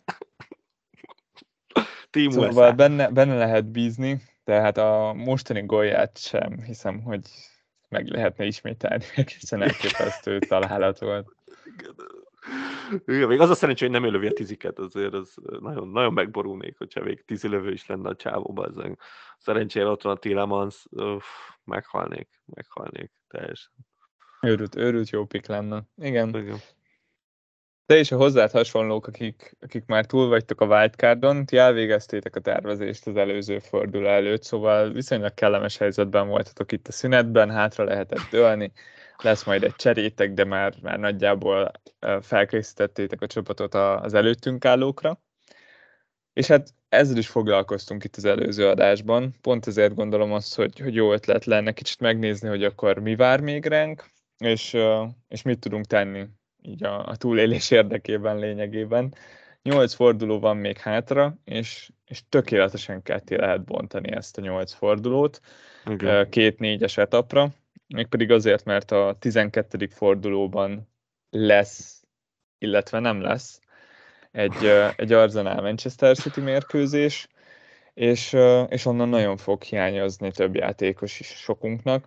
Szóval benne, benne lehet bízni, tehát a mostani gólját sem hiszem, hogy meg lehetne ismételni, egészen elképesztő találat volt. Igen, még az a szerencsé, hogy nem ő lövi a tiziket, azért az nagyon, nagyon megborulnék, hogyha még tízilövő is lenne a csávóban. Ezen. Szerencsére ott van a Tielemans, uff, meghalnék, meghalnék teljesen. Őrült, őrült jó pik lenne. Igen. Igen. Te és a hozzád hasonlók, akik, akik már túl vagytok a wildcardon, ti elvégeztétek a tervezést az előző forduló előtt, szóval viszonylag kellemes helyzetben voltatok itt a szünetben, hátra lehetett dőlni, lesz majd egy cserétek, de már, már nagyjából felkészítettétek a csapatot az előttünk állókra. És hát ezzel is foglalkoztunk itt az előző adásban, pont ezért gondolom azt, hogy, hogy jó ötlet lenne kicsit megnézni, hogy akkor mi vár még ránk, és, és mit tudunk tenni így a, a túlélés érdekében lényegében. Nyolc forduló van még hátra, és, és tökéletesen ketté lehet bontani ezt a nyolc fordulót, Igen. két négyes etapra, mégpedig azért, mert a tizenkettedik fordulóban lesz, illetve nem lesz, egy, egy Arsenal-Manchester City mérkőzés, és, és onnan nagyon fog hiányozni több játékos is sokunknak.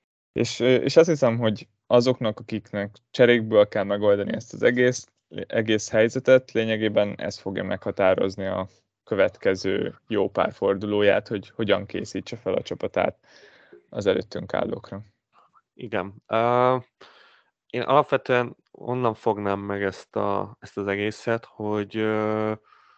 És, és azt hiszem, hogy azoknak, akiknek cserékből kell megoldani ezt az egész, egész helyzetet, lényegében ez fogja meghatározni a következő jó pár fordulóját, hogy hogyan készítse fel a csapatát az előttünk állókra. Igen. Uh, én alapvetően onnan fognám meg ezt, a, ezt az egészet, hogy, uh,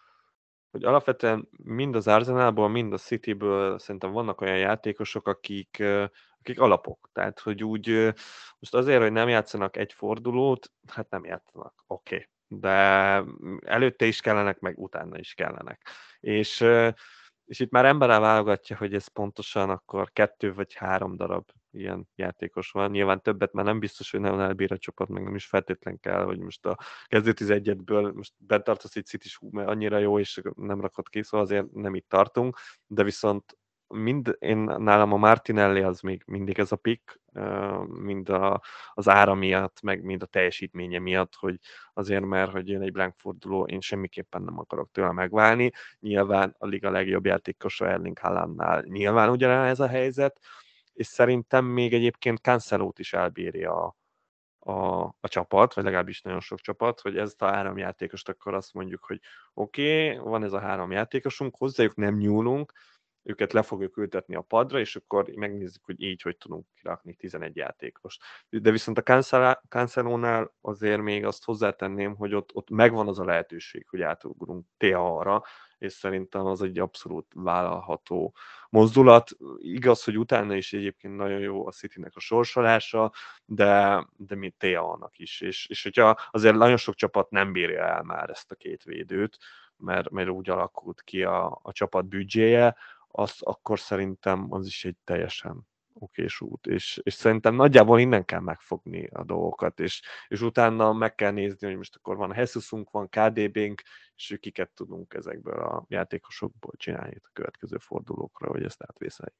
hogy alapvetően mind az Arsenalból, mind a Cityből szerintem vannak olyan játékosok, akik, uh, akik alapok. Tehát, hogy úgy uh, most azért, hogy nem játszanak egy fordulót, hát nem játszanak. Oké. Okay. De előtte is kellenek, meg utána is kellenek. És, uh, és itt már ember válogatja, hogy ez pontosan akkor kettő vagy három darab ilyen játékos van. Nyilván többet már nem biztos, hogy nem elbír a csapat, meg nem is feltétlen kell, hogy most a kezdő tizenegyedből most bent tartasz egy City, mert annyira jó, és nem rakott ki, szóval azért nem itt tartunk, de viszont mind, én nálam a Martinelli az még mindig ez a pick, mind a, az ára miatt, meg mind a teljesítménye miatt, hogy azért, mert hogy jön egy blank forduló, én semmiképpen nem akarok tőle megválni. Nyilván a liga legjobb játékosa Erling Haalandnál nyilván ugyanez a helyzet, és szerintem még egyébként Cancelót is elbírja a, a, a csapat, vagy legalábbis nagyon sok csapat, hogy ezt a három játékost akkor azt mondjuk, hogy oké, okay, van ez a három játékosunk, hozzájuk nem nyúlunk, őket le fogjuk ültetni a padra, és akkor megnézzük, hogy így hogy tudunk kirakni tizenegy játékost. De viszont a Cancelónál azért még azt hozzátenném, hogy ott, ott megvan az a lehetőség, hogy átugrunk té há-ra, és szerintem az egy abszolút vállalható mozdulat. Igaz, hogy utána is egyébként nagyon jó a Citynek a sorsolása, de, de mint té há-nak is. És, és hogyha azért nagyon sok csapat nem bírja el már ezt a két védőt, mert, mert úgy alakult ki a, a csapat büdzséje, az akkor szerintem az is egy teljesen okés út, és, és szerintem nagyjából innen kell megfogni a dolgokat, és, és utána meg kell nézni, hogy most akkor van Jesusunk, van ká dé bé-nk, és kiket tudunk ezekből a játékosokból csinálni a következő fordulókra, hogy ezt átvészeljük.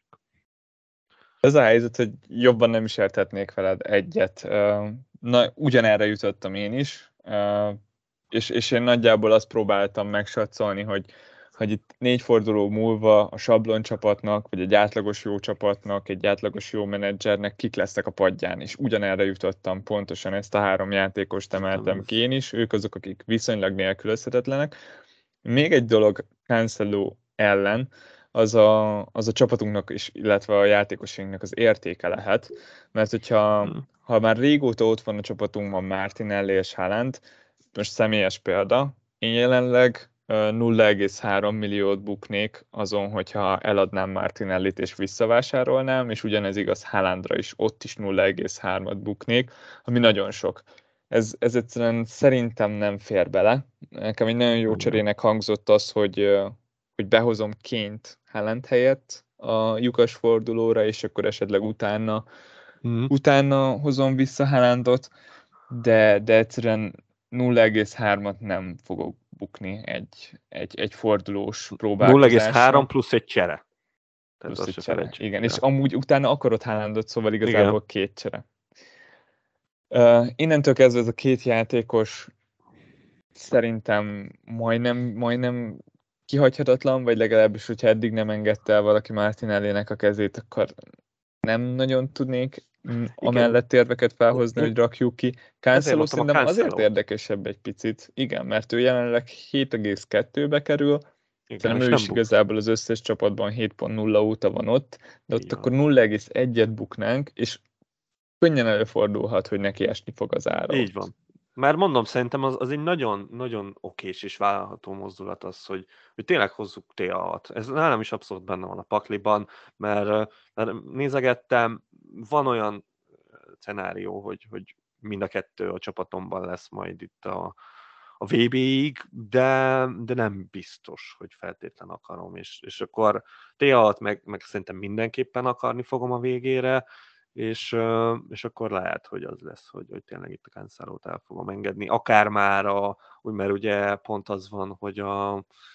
Ez a helyzet, hogy jobban nem is érthetnék veled egyet. Na, ugyanerre jutottam én is, és, és én nagyjából azt próbáltam megsatszolni, hogy hogy itt négy forduló múlva a sablon csapatnak, vagy egy átlagos jó csapatnak, egy átlagos jó menedzsernek kik lesznek a padján, és ugyanerre jutottam, pontosan ezt a három játékost emeltem ki én is, ők azok, akik viszonylag nélkülözhetetlenek. Még egy dolog Cancelo ellen, az a, az a csapatunknak is, illetve a játékosainknak az értéke lehet, mert hogyha hmm. ha már régóta ott van a csapatunkban Martinelli és Haaland, most személyes példa, én jelenleg nulla egész három milliót buknék azon, hogyha eladnám Martinellit és visszavásárolnám, és ugyanez igaz Haalandra is, ott is nulla egész hármat buknék, ami nagyon sok. Ez, ez egyszerűen szerintem nem fér bele. Nekem egy nagyon jó cserének hangzott az, hogy, hogy behozom Kane-t Haaland helyett a lyukas fordulóra, és akkor esetleg utána, mm. utána hozom vissza Haalandot, de, de egyszerűen nulla egész hármat nem fogok bukni egy, egy, egy fordulós próbálkozásra. nulla egész három plusz egy csere. Tehát plusz egy csere, igen. Ja. És amúgy utána akarod Haalandot, szóval igazából igen. Két csere. Uh, innentől kezdve ez a két játékos szerintem majdnem, majdnem kihagyhatatlan, vagy legalábbis, hogyha eddig nem engedte el valaki Martinellinek a kezét, akkor nem nagyon tudnék Igen. amellett érveket felhozni, hogy rakjuk ki. Ezért Cancelo mondtam a szerintem azért Cancelót. érdekesebb egy picit. Igen, mert ő jelenleg hét egész kettőbe kerül, Igen, és szerintem ő nem is buksz. igazából az összes csapatban hét pont nulla óta van ott, de ott Így akkor van. nulla egész egyet buknánk, és könnyen előfordulhat, hogy neki esni fog az ára Így ott. van. Már mondom, szerintem az, az egy nagyon, nagyon okés és vállalható mozdulat az, hogy, hogy tényleg hozzuk té á-t. Ez nálam is abszolút benne van a pakliban, mert, mert nézegettem, van olyan szenárió, hogy, hogy mind a kettő a csapatomban lesz majd itt a, a vé bé-ig, de, de nem biztos, hogy feltétlen akarom, és, és akkor té á-t meg, meg szerintem mindenképpen akarni fogom a végére, és, és akkor lehet, hogy az lesz, hogy, hogy tényleg itt a Cancelót el fogom engedni. Akár már, a, úgy, mert ugye pont az van, hogy a,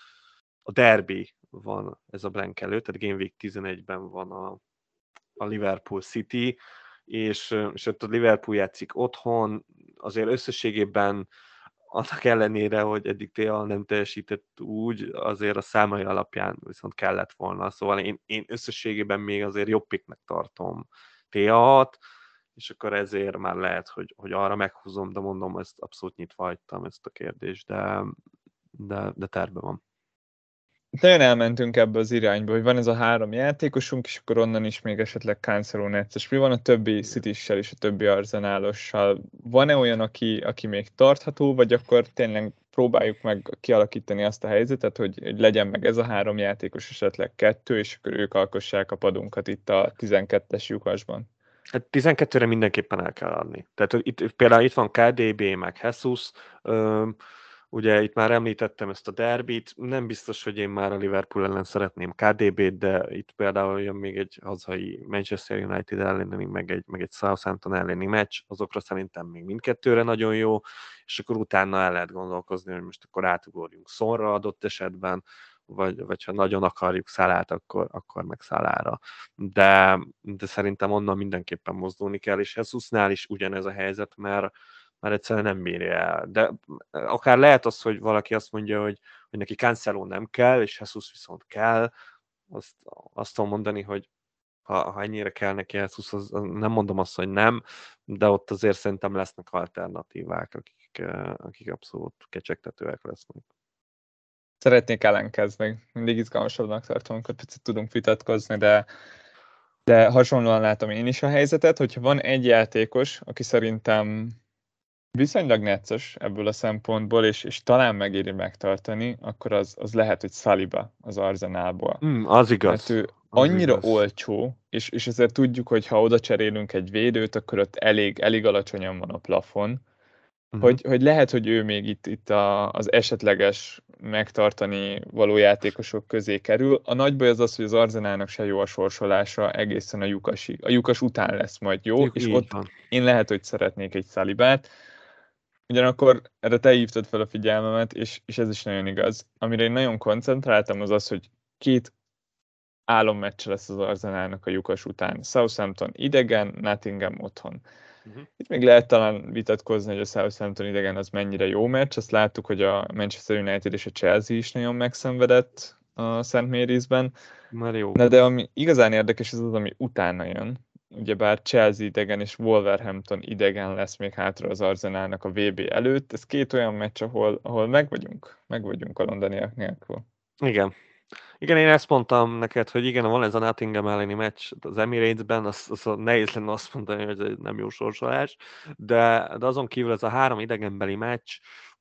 a derby van ez a blank előtt, tehát Game Week tizenegyben van a, a Liverpool City, és, és ott a Liverpool játszik otthon, azért összességében annak ellenére, hogy eddig té á nem teljesített úgy, azért a számai alapján viszont kellett volna. Szóval én, én összességében még azért jobb picknek tartom té á-t, és akkor ezért már lehet, hogy, hogy arra meghúzom, de mondom, ezt abszolút nyitva hagytam ezt a kérdést, de, de, de terve van. Nagyon elmentünk ebbe az irányba, hogy van ez a három játékosunk, és akkor onnan is még esetleg Cancelo necces. Mi van a többi City-ssel és a többi Arsenálossal? Van-e olyan, aki, aki még tartható, vagy akkor tényleg próbáljuk meg kialakítani azt a helyzetet, hogy, hogy legyen meg ez a három játékos, esetleg kettő, és akkor ők alkossák a padunkat itt a tizenkettes lyukasban? Hát tizenkettőre mindenképpen el kell adni. Tehát itt, például itt van ká dé bé, meg Jesus, öm, ugye itt már említettem ezt a derbit, nem biztos, hogy én már a Liverpool ellen szeretném ká dé bé-t, de itt például jön még egy hazai Manchester United elleni, meg egy, meg egy Southampton elleni meccs, azokra szerintem még mindkettőre nagyon jó, és akkor utána el lehet gondolkozni, hogy most akkor átugorjunk Sonra adott esetben, vagy, vagy ha nagyon akarjuk Szalát, akkor, akkor meg Szalára. De, de szerintem onnan mindenképpen mozdulni kell, és Jesusnál is ugyanez a helyzet, mert, mert egyszerűen nem bírja el. De akár lehet az, hogy valaki azt mondja, hogy, hogy neki Cancelo nem kell, és Jesus viszont kell, azt, azt tudom mondani, hogy ha, ha ennyire kell neki Jesus, az, nem mondom azt, hogy nem, de ott azért szerintem lesznek alternatívák, akik, akik abszolút kecsegtetőek lesznek. Szeretnék ellenkezni. Mindig izgalmasabbnak tartom, amikor picit tudunk vitatkozni, de, de hasonlóan látom én is a helyzetet, hogyha van egy játékos, aki szerintem viszonylag necces ebből a szempontból, és, és talán megéri megtartani, akkor az, az lehet, hogy Saliba az Arsenalból. Mm, az Mert igaz. ő Az annyira igaz. olcsó, és, és ezért tudjuk, hogy ha oda cserélünk egy védőt, akkor ott elég, elég alacsonyan van a plafon, Uh-huh. hogy, hogy lehet, hogy ő még itt, itt a, az esetleges megtartani való játékosok közé kerül. A nagy baj az az, hogy az Arzenálnak se jó a sorsolása egészen a lyukasig. A lyukas után lesz majd jó, és Így ott van. én lehet, hogy szeretnék egy Szalibát. Ugyanakkor erre te hívtad fel a figyelmemet, és, és ez is nagyon igaz. Amire én nagyon koncentráltam, az az, hogy két álommeccse lesz az Arzenálnak a lyukas után. Southampton idegen, Nottingham otthon. Uh-huh. Itt még lehet talán vitatkozni, hogy a Southampton idegen az mennyire jó meccs. Azt láttuk, hogy a Manchester United és a Chelsea is nagyon megszenvedett a Szent Marysben. Már jó. Na de ami igazán érdekes, az az, ami utána jön. Ugyebár Chelsea idegen és Wolverhampton idegen lesz még hátra az Arsenalnak a vé bé előtt. Ez két olyan meccs, ahol, ahol meg vagyunk, meg vagyunk a londoniak nélkül. Igen. Igen, én ezt mondtam neked, hogy igen, van ez a Nottingham elleni meccs az Emirates-ben, az, az nehéz lenne azt mondani, hogy ez egy nem jó sorsolás, de, de azon kívül ez a három idegenbeli meccs,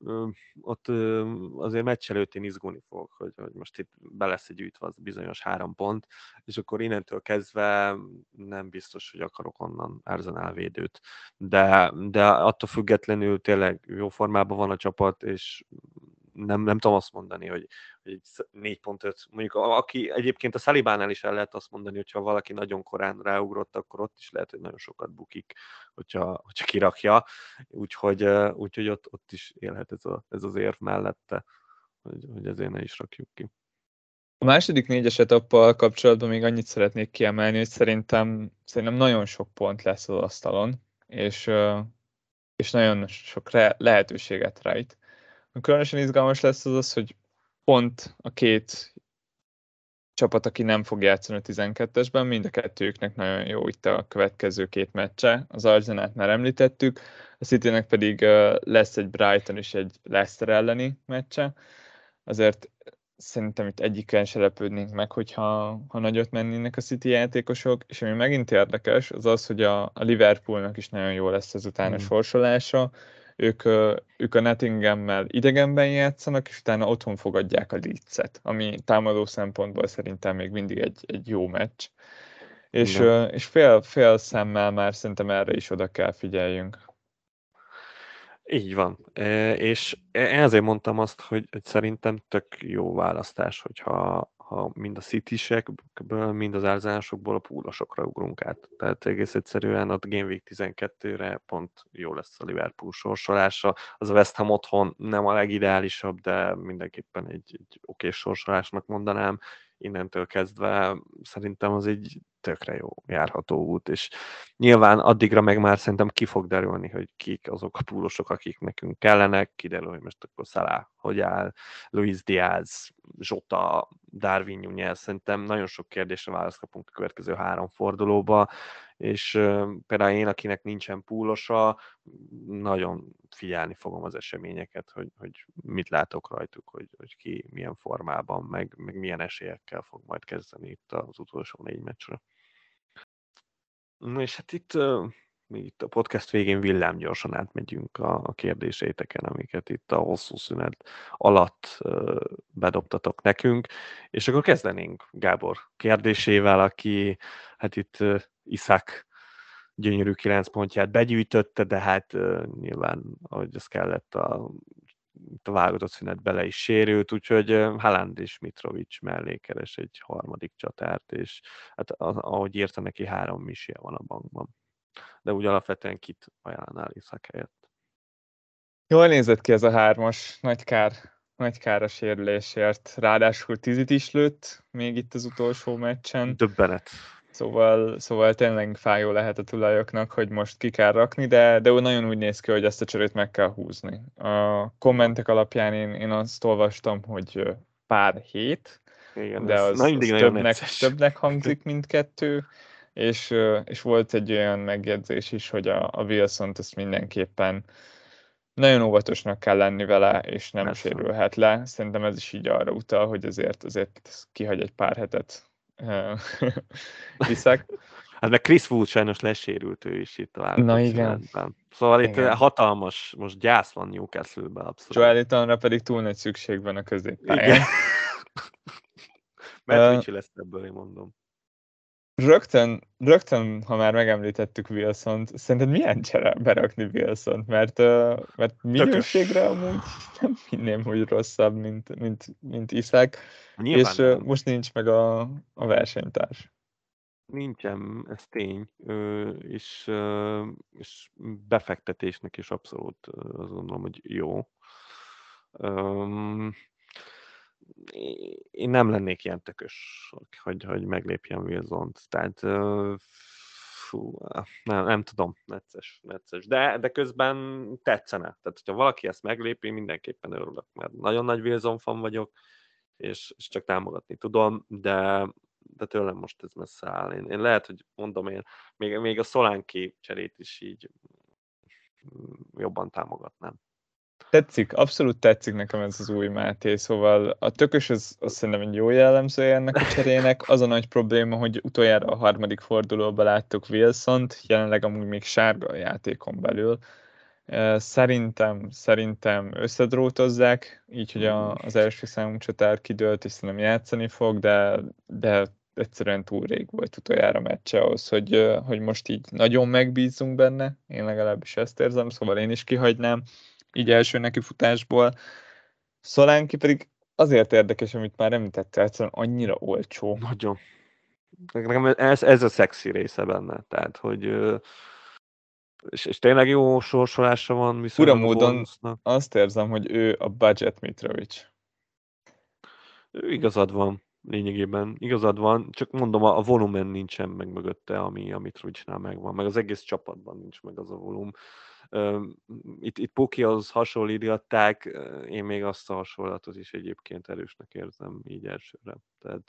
ott azért meccs előtt én izgulni fogok, hogy, hogy most itt be lesz egy gyűjtve az bizonyos három pont, és akkor innentől kezdve nem biztos, hogy akarok onnan Arsenal védőt. De, de attól függetlenül tényleg jó formában van a csapat, és nem, nem tudom azt mondani, hogy, hogy négy pont öt. Mondjuk aki egyébként a Salibánál is el lehet azt mondani, hogyha valaki nagyon korán ráugrott, akkor ott is lehet, hogy nagyon sokat bukik, hogyha, hogyha kirakja. Úgyhogy, úgyhogy ott, ott is élhet ez, a, ez az érv mellette, hogy, hogy ezért ne is rakjuk ki. A második négyes etappal kapcsolatban még annyit szeretnék kiemelni, hogy szerintem, szerintem nagyon sok pont lesz az asztalon, és, és nagyon sok lehetőséget rejt. Különösen izgalmas lesz az az, hogy pont a két csapat, aki nem fog játszani a tizenkettesben, mind a kettőjüknek nagyon jó itt a következő két meccse. Az Arsenalt már említettük, a Citynek pedig lesz egy Brighton és egy Leicester elleni meccse. Azért szerintem itt egyiken se lepődnénk meg, hogyha ha nagyot mennének a City játékosok, és ami megint érdekes, az az, hogy a, a Liverpoolnak is nagyon jó lesz ezután a Hmm. sorsolása. Ők, ők a Nottingham-mel idegenben játszanak, és utána otthon fogadják a Leeds-et, ami támadó szempontból szerintem még mindig egy, egy jó meccs. És, és fél, fél szemmel már szerintem erre is oda kell figyeljünk. Így van. És én azért mondtam azt, hogy, hogy szerintem tök jó választás, hogyha ha mind a City-sekből, mind az Arsenalosokból a púlosokra ugrunk át. Tehát egész egyszerűen a Game Week tizenkettőre pont jó lesz a Liverpool sorsolása. Az a West Ham otthon nem a legideálisabb, de mindenképpen egy, egy okés sorsolásnak mondanám. Innentől kezdve szerintem az egy tökre jó járható út, és nyilván addigra meg már szerintem ki fog derülni, hogy kik azok a púlosok, akik nekünk kellenek, kiderül, hogy most akkor Salah hogy áll, Luis Diaz, Jota, Darwin Núñez, szerintem nagyon sok kérdésre választ kapunk a következő három fordulóba, és uh, például én, akinek nincsen púlosa, nagyon figyelni fogom az eseményeket, hogy, hogy mit látok rajtuk, hogy, hogy ki milyen formában, meg, meg milyen esélyekkel fog majd kezdeni itt az utolsó négy meccsre. Na és hát itt, uh, még itt a podcast végén villámgyorsan átmegyünk a, a kérdéseiteken, amiket itt a hosszú szünet alatt uh, bedobtatok nekünk, és akkor kezdenénk Gábor kérdésével, aki hát itt uh, Iszák gyönyörű kilenc pontját begyűjtötte, de hát uh, nyilván, ahogy az kellett, a, a válogatott szünet bele is sérült, úgyhogy uh, Haaland és Mitrovic mellé keres egy harmadik csatárt, és hát ahogy írta, neki három misie van a bankban. De úgy alapvetően kit ajánlanál Iszák helyett? Jól nézett ki ez a hármas, nagy kár, nagy kár a sérülésért. Ráadásul tízit is lőtt még itt az utolsó meccsen. Döbbenet. Szóval, szóval tényleg fájó lehet a tulajoknak, hogy most ki kell rakni, de, de nagyon úgy néz ki, hogy ezt a cserét meg kell húzni. A kommentek alapján én, én azt olvastam, hogy pár hét, Igen, de az, mindig az nagyon többnek, necces. többnek hangzik mindkettő, és, és volt egy olyan megjegyzés is, hogy a, a Wilsont ezt mindenképpen nagyon óvatosnak kell lenni vele, és nem Persze. sérülhet le. Szerintem ez is így arra utal, hogy azért, azért kihagy egy pár hetet Iszák. Hát meg Chris Wood sajnos lesérült ő is itt a Na igen. szünetben. Szóval itt igen. hatalmas, most gyász van Newcastle-ben abszolút. Joelitonra pedig túl nagy szükség van a középpályán. Igen. Mert Ricsi lesz ebből, én mondom. Rögtön, rögtön, ha már megemlítettük Wilsont, szerinted milyen csere berakni Wilsont? Mert, mert minőségre amúgy nem hinném, hogy rosszabb, mint, mint, mint Iszák. Nyilván és nem. most nincs meg a, a versenytárs. Nincsen, ez tény, és, és befektetésnek is abszolút azt gondolom, hogy jó. Én nem lennék ilyen tökös, hogy, hogy meglépjem Wilsont. Tehát fú, nem, nem tudom, necces, necces. De, de közben tetszene. Tehát, hogyha valaki ezt meglépi, mindenképpen örülök, mert nagyon nagy Wilson fan vagyok, és, és csak támogatni tudom, de, de tőlem most ez messze áll. Én, én lehet, hogy mondom én, még, még a Szolánki cserét is így jobban támogatnám. Tetszik, abszolút tetszik nekem ez az új Máté, szóval a tökös az, az szerintem egy jó jellemzője ennek a cserének. Az a nagy probléma, hogy utoljára a harmadik fordulóban láttuk Wilsont, jelenleg amúgy még sárga a játékon belül. Szerintem, szerintem összedrótozzák, így, hogy a, az első számú csatár kidőlt, és szerintem játszani fog, de, de egyszerűen túl rég volt utoljára meccse ahhoz, hogy, hogy most így nagyon megbízunk benne, én legalábbis ezt érzem, szóval én is kihagynám, így első nekifutásból. Szolánki pedig azért érdekes, amit már említettél, egyszerűen annyira olcsó. Nagyon. Ez, ez a szexi része benne, tehát, hogy és, és tényleg jó sorsolása van viszonylag a Bournemouthnak. Azt érzem, hogy ő a budget Mitrovic. Igazad van, lényegében. Igazad van, csak mondom, a, a volumen nincsen meg mögötte, ami a Mitrovicnál megvan, meg az egész csapatban nincs meg az a volum. Itt, itt Pokihoz hasonlítgatták, én még azt a hasonlatot is egyébként erősnek érzem így elsőre. Tehát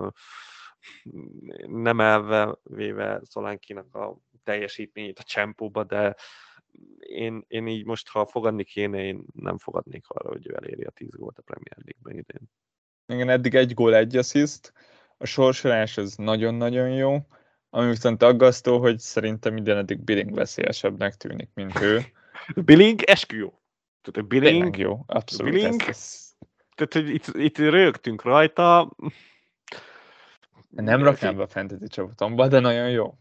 nem elve véve Szolánkinak a teljesítményét a csempóba, de én, én így most, ha fogadni kéne, én nem fogadnék arra, hogy ő eléri a tíz gólt a Premier League-ben idén. Igen, eddig egy gól, egy assziszt. A sorsolás az nagyon-nagyon jó, ami viszont aggasztó, hogy szerintem minden eddig Billing veszélyesebbnek tűnik, mint ő. Billing esküvő. Tehát Billing, tényleg jó, abszolút. Billing, ez, ez... tehát hogy itt, itt rögtünk rajta. Nem raknám be a fantasy csapatomba, de nagyon jó.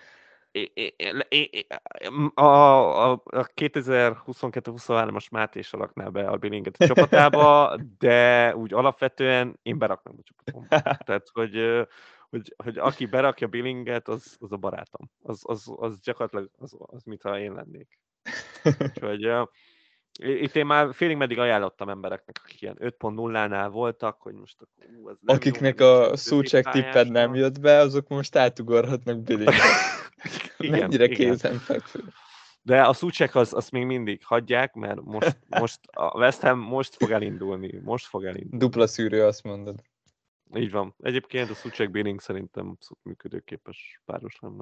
A, a, a kétezer-huszonkettő huszonhárom-as Máté is rakná be a Billinget a csapatába, de úgy alapvetően én beraknám a csapatomba. Tehát, hogy, hogy, hogy aki berakja Billinget, az, az a barátom. Az, az, az gyakorlatilag az, az, mintha én lennék. Úgyhogy itt én már félig meddig ajánlottam embereknek, akik ilyen öt pont nullánál voltak, hogy most ú, ez nem akiknek jó, a Souček tipped nem jött be, azok most átugorhatnak Billinget. Mennyire kézenfekvő. De a Souček az, azt még mindig hagyják, mert most, most a West Ham most fog elindulni. Most fog elindulni. Dupla szűrő, azt mondod. Így van. Egyébként a Souček Billing szerintem abszolút működőképes páros lenne.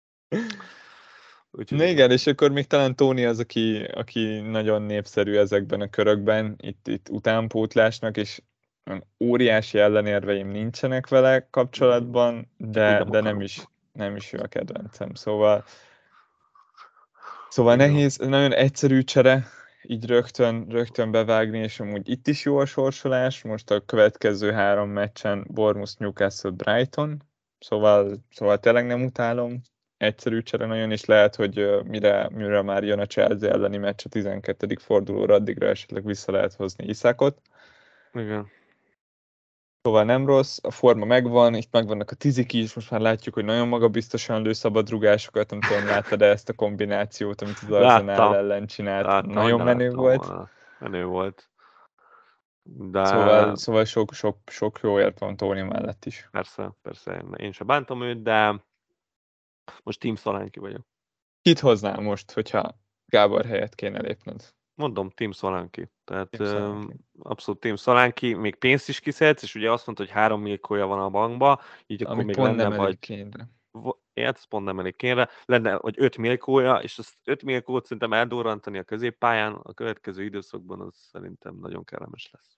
Na igen, és akkor még talán Tóni az, aki, aki nagyon népszerű ezekben a körökben, itt, itt utánpótlásnak, és óriási ellenérveim nincsenek vele kapcsolatban, de, de nem, is, nem is ő a kedvencem. Szóval, szóval nehéz, nagyon egyszerű csere így rögtön, rögtön bevágni, és amúgy itt is jó a sorsolás. Most a következő három meccsen Bournemouth, Newcastle, Brighton, szóval, szóval tényleg nem utálom. Egyszerű csere nagyon, és lehet, hogy mire, mire már jön a Chelsea elleni meccs a tizenkettedik fordulóra, addigra esetleg vissza lehet hozni Iszákot. Igen. Szóval nem rossz, a forma megvan, itt megvannak a tizik is, most már látjuk, hogy nagyon magabiztosan lő szabadrugásokat, nem tudom, láttad ezt a kombinációt, amit az Arsenal ellen csinált, láttam, nagyon menő láttam, volt. Menő volt. De... Szóval, szóval sok, sok, sok jó ért van Tóni mellett is. Persze, persze, én sem bántom őt, de most Team Szolánki vagyok. Kit hoznál most, hogyha Gábor helyett kéne lépned? Mondom, Team Szolánki. Tehát Team Szolánki. abszolút Team Szolánki, még pénzt is kiszedsz, és ugye azt mondta, hogy három milliója van a bankba, így akkor Ami még pont lenne, nem vagy... Kénre. Én ez pont nem elég kénre, lenne, vagy öt milliója, és az öt milliót szerintem eldurrantani a középpályán a következő időszakban, az szerintem nagyon kellemes lesz.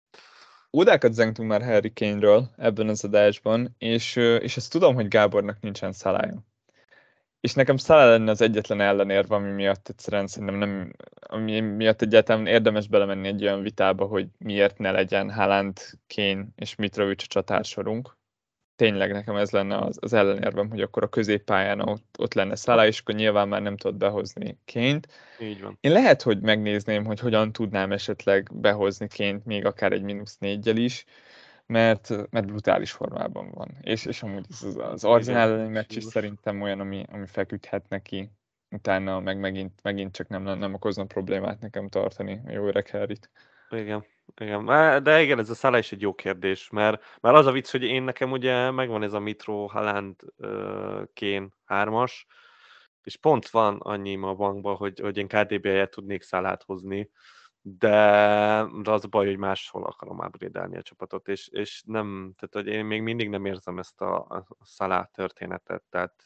Ódákat zengtünk már Harry Kane-ről ebben az adásban, és, és ezt tudom, hogy Gábornak nincsen Salája. És nekem Salah lenne az egyetlen ellenérve, ami miatt egyszerűen szerintem nem, ami miatt egyáltalán érdemes belemenni egy olyan vitába, hogy miért ne legyen Haaland, Kane és Mitrovic a csatársorunk. Tényleg nekem ez lenne az, az ellenérvem, hogy akkor a középpályán ott, ott lenne Salah, és akkor nyilván már nem tudod behozni Kane-t. Így van. Én lehet, hogy megnézném, hogy hogyan tudnám esetleg behozni Kane-t még akár egy mínusz négyel is, mert, mert brutális formában van. És, és amúgy az, az Arsenal elleni meccs is szerintem olyan, ami, ami feküdhet neki. Utána meg megint, megint csak nem, nem okozna problémát nekem tartani a jó öreg Harryt. Igen, igen. De igen, ez a Salah is egy jó kérdés, mert, mert az a vicc, hogy én nekem ugye megvan ez a Mitro, Haaland, Kane hármas, és pont van annyi a bankban, hogy, hogy én ká dé bé helyett tudnék Salahot hozni, de, de az a baj, hogy máshol akarom upgrade-elni a csapatot, és, és nem, tehát hogy én még mindig nem érzem ezt a, a Salah történetet, tehát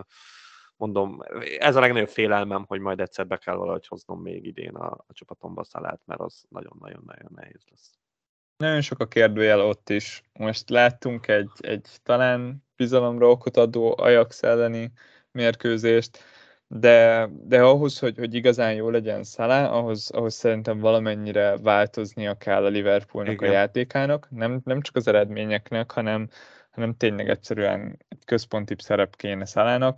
mondom, ez a legnagyobb félelmem, hogy majd egyszer be kell valahogy hoznom még idén a, a csapatomba a Salahot, mert az nagyon-nagyon-nagyon nehéz lesz. Nagyon sok a kérdőjel ott is. Most láttunk egy, egy talán bizalomra okot adó Ajax elleni mérkőzést, de, de ahhoz, hogy, hogy igazán jó legyen Salah, ahhoz, ahhoz szerintem valamennyire változnia kell a Liverpoolnak Igen. a játékának, nem, nem csak az eredményeknek, hanem, hanem tényleg egyszerűen egy központibb szerep kéne Salahnak.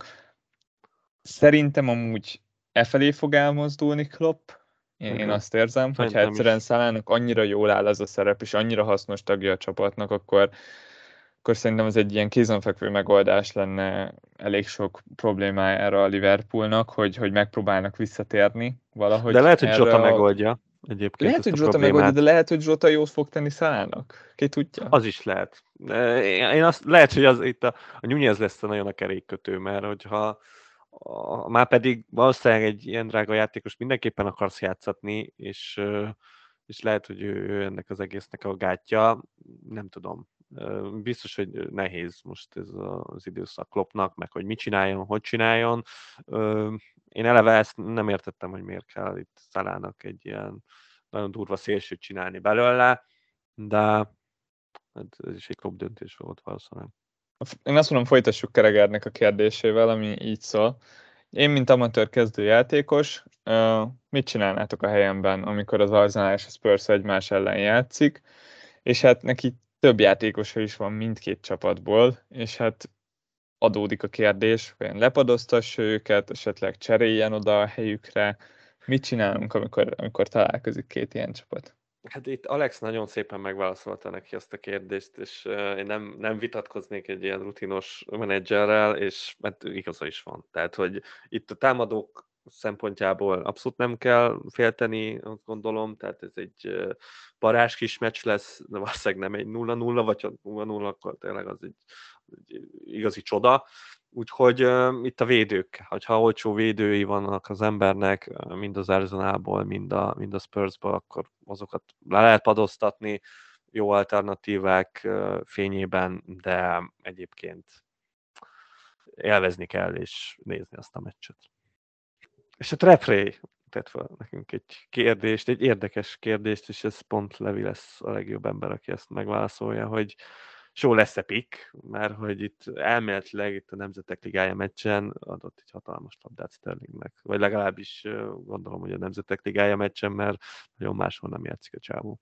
Szerintem amúgy e felé fog elmozdulni Klopp. Én, én azt érzem, hogy ha egyszerűen Salahnak annyira jól áll ez a szerep, és annyira hasznos tagja a csapatnak, akkor, akkor szerintem ez egy ilyen kézenfekvő megoldás lenne elég sok problémájára a Liverpoolnak, hogy, hogy megpróbálnak visszatérni valahogy. De lehet, hogy Jota a... megoldja egyébként Lehet, ezt hogy a Jota problémát. megoldja, de lehet, hogy Jota jót fog tenni Salahnak. Ki tudja? Az is lehet. Én azt, lehet, hogy az, itt a, a Nunez lesz a nagyon a kerékkötő, mert hogyha a, már pedig valószínűleg egy ilyen drága játékos mindenképpen akarsz játszatni, és, és lehet, hogy ő, ő ennek az egésznek a gátja, nem tudom. Biztos, hogy nehéz most ez az időszak Kloppnak, meg hogy mit csináljon, hogy csináljon. Én eleve ezt nem értettem, hogy miért kell itt Szalának egy ilyen nagyon durva szélsőt csinálni belőle, de ez is egy Klopp döntés volt valószínűleg. Én azt mondom, folytassuk Keregernek a kérdésével, ami így szól. Én, mint amatőr kezdőjátékos, mit csinálnátok a helyemben, amikor az Arsenal és a Spurs egymás ellen játszik, és hát neki több játékosa is van mindkét csapatból, és hát adódik a kérdés, hogy lepadoztassa őket, esetleg cseréljen oda a helyükre. Mit csinálunk, amikor, amikor találkozik két ilyen csapat? Hát itt Alex nagyon szépen megválaszolta neki ezt a kérdést, és én nem, nem vitatkoznék egy ilyen rutinos menedzserrel, és mert igaza is van. Tehát, hogy itt a támadók szempontjából abszolút nem kell félteni, azt gondolom, tehát ez egy parázs kis meccs lesz, de valószínűleg nem egy nulla nulla, vagy ha nulla nulla, akkor tényleg az egy, egy igazi csoda. Úgyhogy uh, itt a védők, hogyha olcsó védői vannak az embernek, uh, mind az Arsenalból, mind a, mind a Spursból, akkor azokat le lehet padoztatni jó alternatívák uh, fényében, de egyébként élvezni kell és nézni azt a meccset. És a Trepray tett fel nekünk egy kérdést, egy érdekes kérdést, és ez pont Levi lesz a legjobb ember, aki ezt megválaszolja, hogy só lesz-e pick, mert hogy itt elméletileg itt a Nemzetek Ligája meccsen adott egy hatalmas labdát Sterlingnek, vagy legalábbis gondolom, hogy a Nemzetek Ligája meccsen, mert nagyon máshol nem játszik a csávó.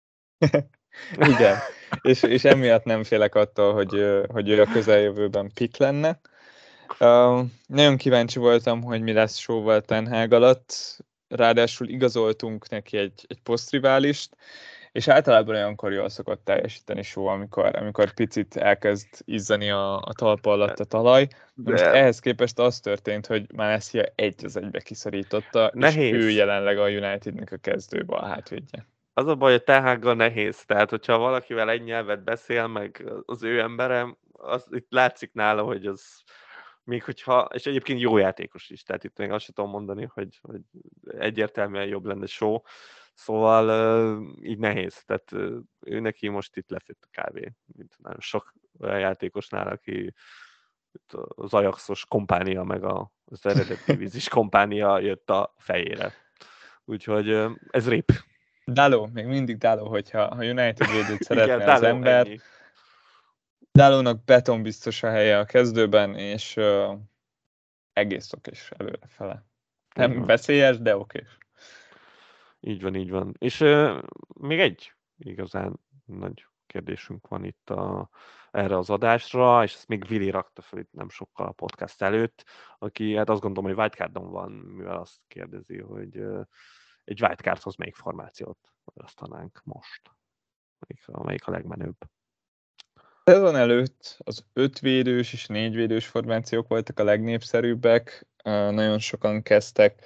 Igen, és, és emiatt nem félek attól, hogy, hogy ő a közeljövőben pick lenne. Uh, nagyon kíváncsi voltam, hogy mi lesz Shawval Ten Hag alatt, ráadásul igazoltunk neki egy, egy posztriválist, és általában olyankor jól szokott teljesíteni Shaw, amikor, amikor picit elkezd izzani a, a talpa alatt a talaj. De most ehhez képest az történt, hogy Malacia egy az egybe kiszorította, nehéz. És ő jelenleg a Unitednek a kezdőbe a hátvédje. Az a baj, hogy Ten Haggal nehéz, tehát hogyha valakivel egy nyelvet beszél, meg az ő emberem, az itt látszik nála, hogy az még hogyha, és egyébként jó játékos is, tehát itt még azt sem tudom mondani, hogy, hogy egyértelműen jobb lenne Shaw, szóval így nehéz, tehát ő neki most itt lefőtt a kávé, mint nagyon sok olyan játékosnál, aki az Ajaxos kompánia, meg az eredeti vízis kompánia jött a fejére. Úgyhogy ez rip. Dáló, még mindig Dáló, hogyha ha United védőt szeretne Igen, az Dáló, ember. Ennyi. Dálónak beton biztos a helye a kezdőben, és uh, egész okés előrefele. Nem veszélyes, de okés. Így van, így van. És uh, még egy igazán nagy kérdésünk van itt a, erre az adásra, és ezt még Vili rakta fel itt nem sokkal a podcast előtt, aki hát azt gondolom, hogy wildcardon van, mivel azt kérdezi, hogy uh, egy wildcardhoz melyik formációt választanánk most, amelyik, amelyik a legmenőbb. Szezon előtt az ötvédős és négyvédős formációk voltak a legnépszerűbbek, uh, nagyon sokan kezdtek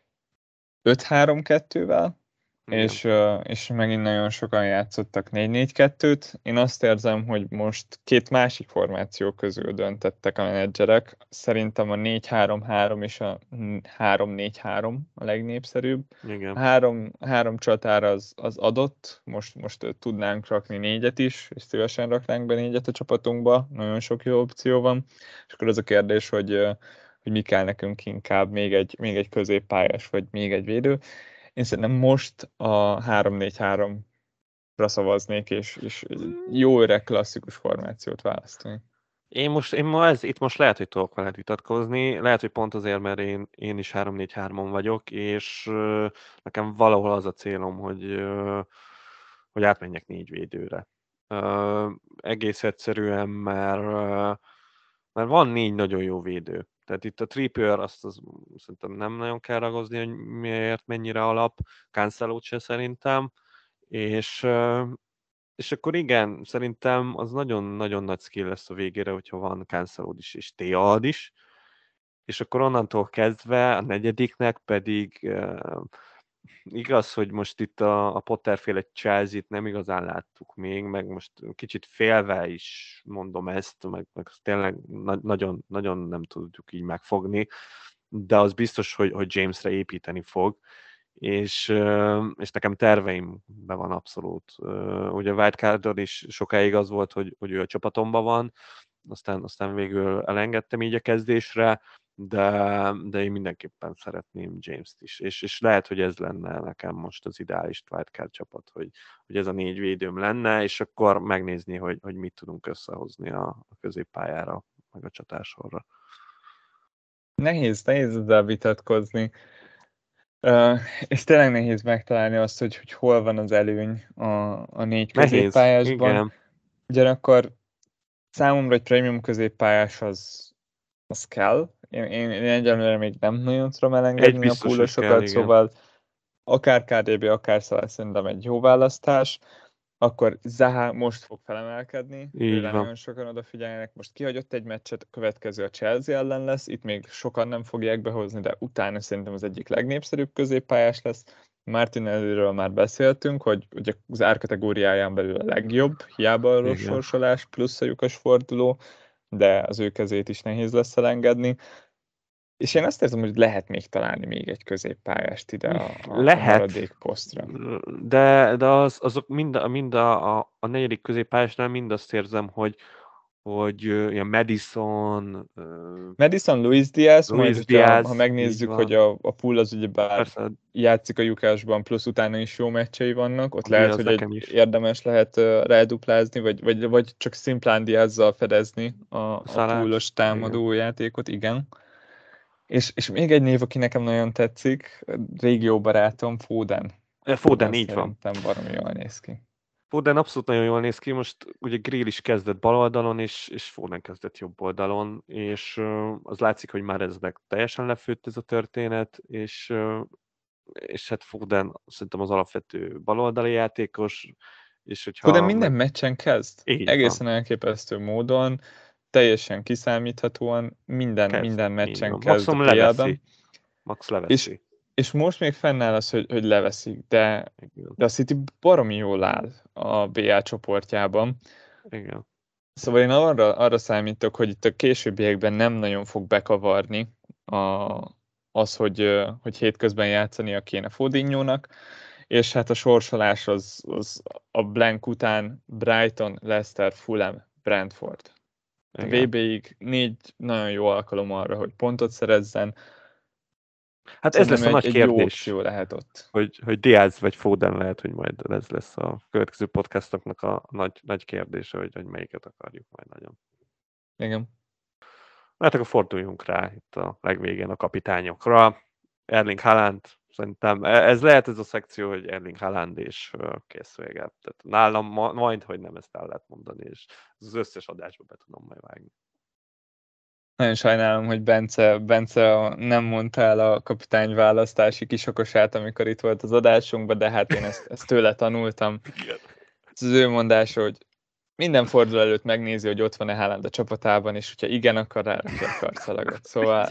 öt három kettővel, és, uh, és megint nagyon sokan játszottak négy négy kettőt. Én azt érzem, hogy most két másik formáció közül döntettek a menedzserek. Szerintem a négy három három és a három négy három a legnépszerűbb. Igen. A három, három csatár az, az adott, most, most tudnánk rakni négyet is, és szívesen raknánk be négyet a csapatunkba, nagyon sok jó opció van. És akkor az a kérdés, hogy, hogy mi kell nekünk inkább, még egy, még egy középpályás, vagy még egy védő. Én szerintem most a három négy háromra szavaznék, és, és jó öreg klasszikus formációt választani. Én most, én ma ez, itt most lehet, hogy tudok veled vitatkozni, lehet, hogy pont azért, mert én, én is három négy hármon vagyok, és uh, nekem valahol az a célom, hogy, uh, hogy átmenjek négy védőre. Uh, egész egyszerűen, mert, uh, mert van négy nagyon jó védő. Tehát itt a Trippier, azt az, szerintem nem nagyon kell ragozni, hogy miért, mennyire alap, Cancelót se szerintem, és uh, és akkor igen, szerintem az nagyon-nagyon nagy skill lesz a végére, hogyha van Cancelód is és T-ad is, és akkor onnantól kezdve a negyediknek pedig igaz, hogy most itt a, a Potter-féle Chelsea-t nem igazán láttuk még, meg most kicsit félve is mondom ezt, meg, meg tényleg na- nagyon, nagyon nem tudjuk így megfogni, de az biztos, hogy, hogy Jamesre építeni fog, és, ö, és nekem terveimben van abszolút. Ö, Ugye Wildcardon is sokáig az volt, hogy, hogy ő a csapatomban van, aztán, aztán végül elengedtem így a kezdésre, de, de én mindenképpen szeretném James-t is, és, és lehet, hogy ez lenne nekem most az ideális wildcard csapat, hogy, hogy ez a négy védőm lenne, és akkor megnézni, hogy, hogy mit tudunk összehozni a, a középpályára, meg a csatársorra. Nehéz, nehéz ezzel vitatkozni. Uh, és tényleg nehéz megtalálni azt, hogy, hogy hol van az előny a, a négy Nehéz, középpályásban. igen. Ugyanakkor számomra egy prémium középpályás az, az kell. Én, én, én egyelőre még nem nagyon tudom Egy elengedni a biztos, hogy kell, púlosokat, igen. szóval akár ká dé bé, akár Salah szerintem egy jó választás. Akkor Zaha most fog felemelkedni, Így őre van. nagyon sokan odafigyelnek. Most kihagyott egy meccset, a következő a Chelsea ellen lesz, itt még sokan nem fogják behozni, de utána szerintem az egyik legnépszerűbb középpályás lesz. Martinelliről már beszéltünk, hogy ugye az árkategóriáján belül a legjobb, hiába a rossz Igen. sorsolás, plusz a lyukas forduló, de az ő kezét is nehéz lesz elengedni. És én azt érzem, hogy lehet még találni még egy középpályást ide a, a, a Lehet, maradék posztra. de, de az, azok mind, a, mind a, a, a negyedik középpályásnál mind azt érzem, hogy, hogy ö, ilyen Madison, ö, Madison, Luis Diaz, majd Luis hogyha ha Diaz, így megnézzük, hogy van. a, a pool az ugyebár Persze, játszik a lyukásban, plusz utána is jó meccsei vannak, ott a lehet, Diaz hogy egy nekem is. érdemes lehet uh, ráduplázni, vagy, vagy, vagy csak szimplán Diazzal fedezni a, a Szalát, poolos igen. támadó játékot, igen. És, és még egy név, aki nekem nagyon tetszik, régió barátom, Foden. Foden, Az így van. szerintem baromi jól néz ki. Foden abszolút nagyon jól néz ki, most ugye Grill is kezdett bal oldalon, és, és Foden kezdett jobb oldalon, és uh, az látszik, hogy már ez meg teljesen lefőtt ez a történet, és, uh, és hát Foden szerintem az alapvető baloldali játékos, és Foden hogyha minden meg... meccsen kezd, Így van, egészen elképesztő módon, teljesen kiszámíthatóan, minden, kezd, minden így meccsen van. kezd a Maximum pé el-ben. leveszi, max És, leveszi. és most még fennáll az, hogy, hogy leveszik, de, Igen. de a City baromi jól áll a bé el csoportjában. Igen. Szóval én arra, arra számítok, hogy itt a későbbiekben nem nagyon fog bekavarni a, az, hogy, hogy hétközben játszania kéne Fodinyónak, és hát a sorsolás az, az a blank után Brighton, Leicester, Fulham, Brentford. A Igen. vé bé-ig négy nagyon jó alkalom arra, hogy pontot szerezzen. Hát ez Szerintem lesz a egy, nagy egy jó kérdés, opció lehet ott. hogy, hogy Diaz vagy Foden lehet, hogy majd ez lesz a következő podcastoknak a nagy, nagy kérdése, hogy, hogy melyiket akarjuk majd nagyon. Igen. Mert akkor forduljunk rá itt a legvégén a kapitányokra. Erling Haaland, szerintem e- ez lehet ez a szekció, hogy Erling Haaland és ö, kész vége. Tehát nálam ma, majd, hogy nem ezt el lehet mondani, és az összes adásba be tudom majd vágni. Nagyon sajnálom, hogy Bence, Bence nem mondta el a kapitány választási kisokosát, amikor itt volt az adásunkban, de hát én ezt, ezt tőle tanultam. Ez az ő mondása, hogy minden forduló előtt megnézi, hogy ott van-e Haaland a csapatában, és hogyha igen, akkor rárakja a karszalagot. Szóval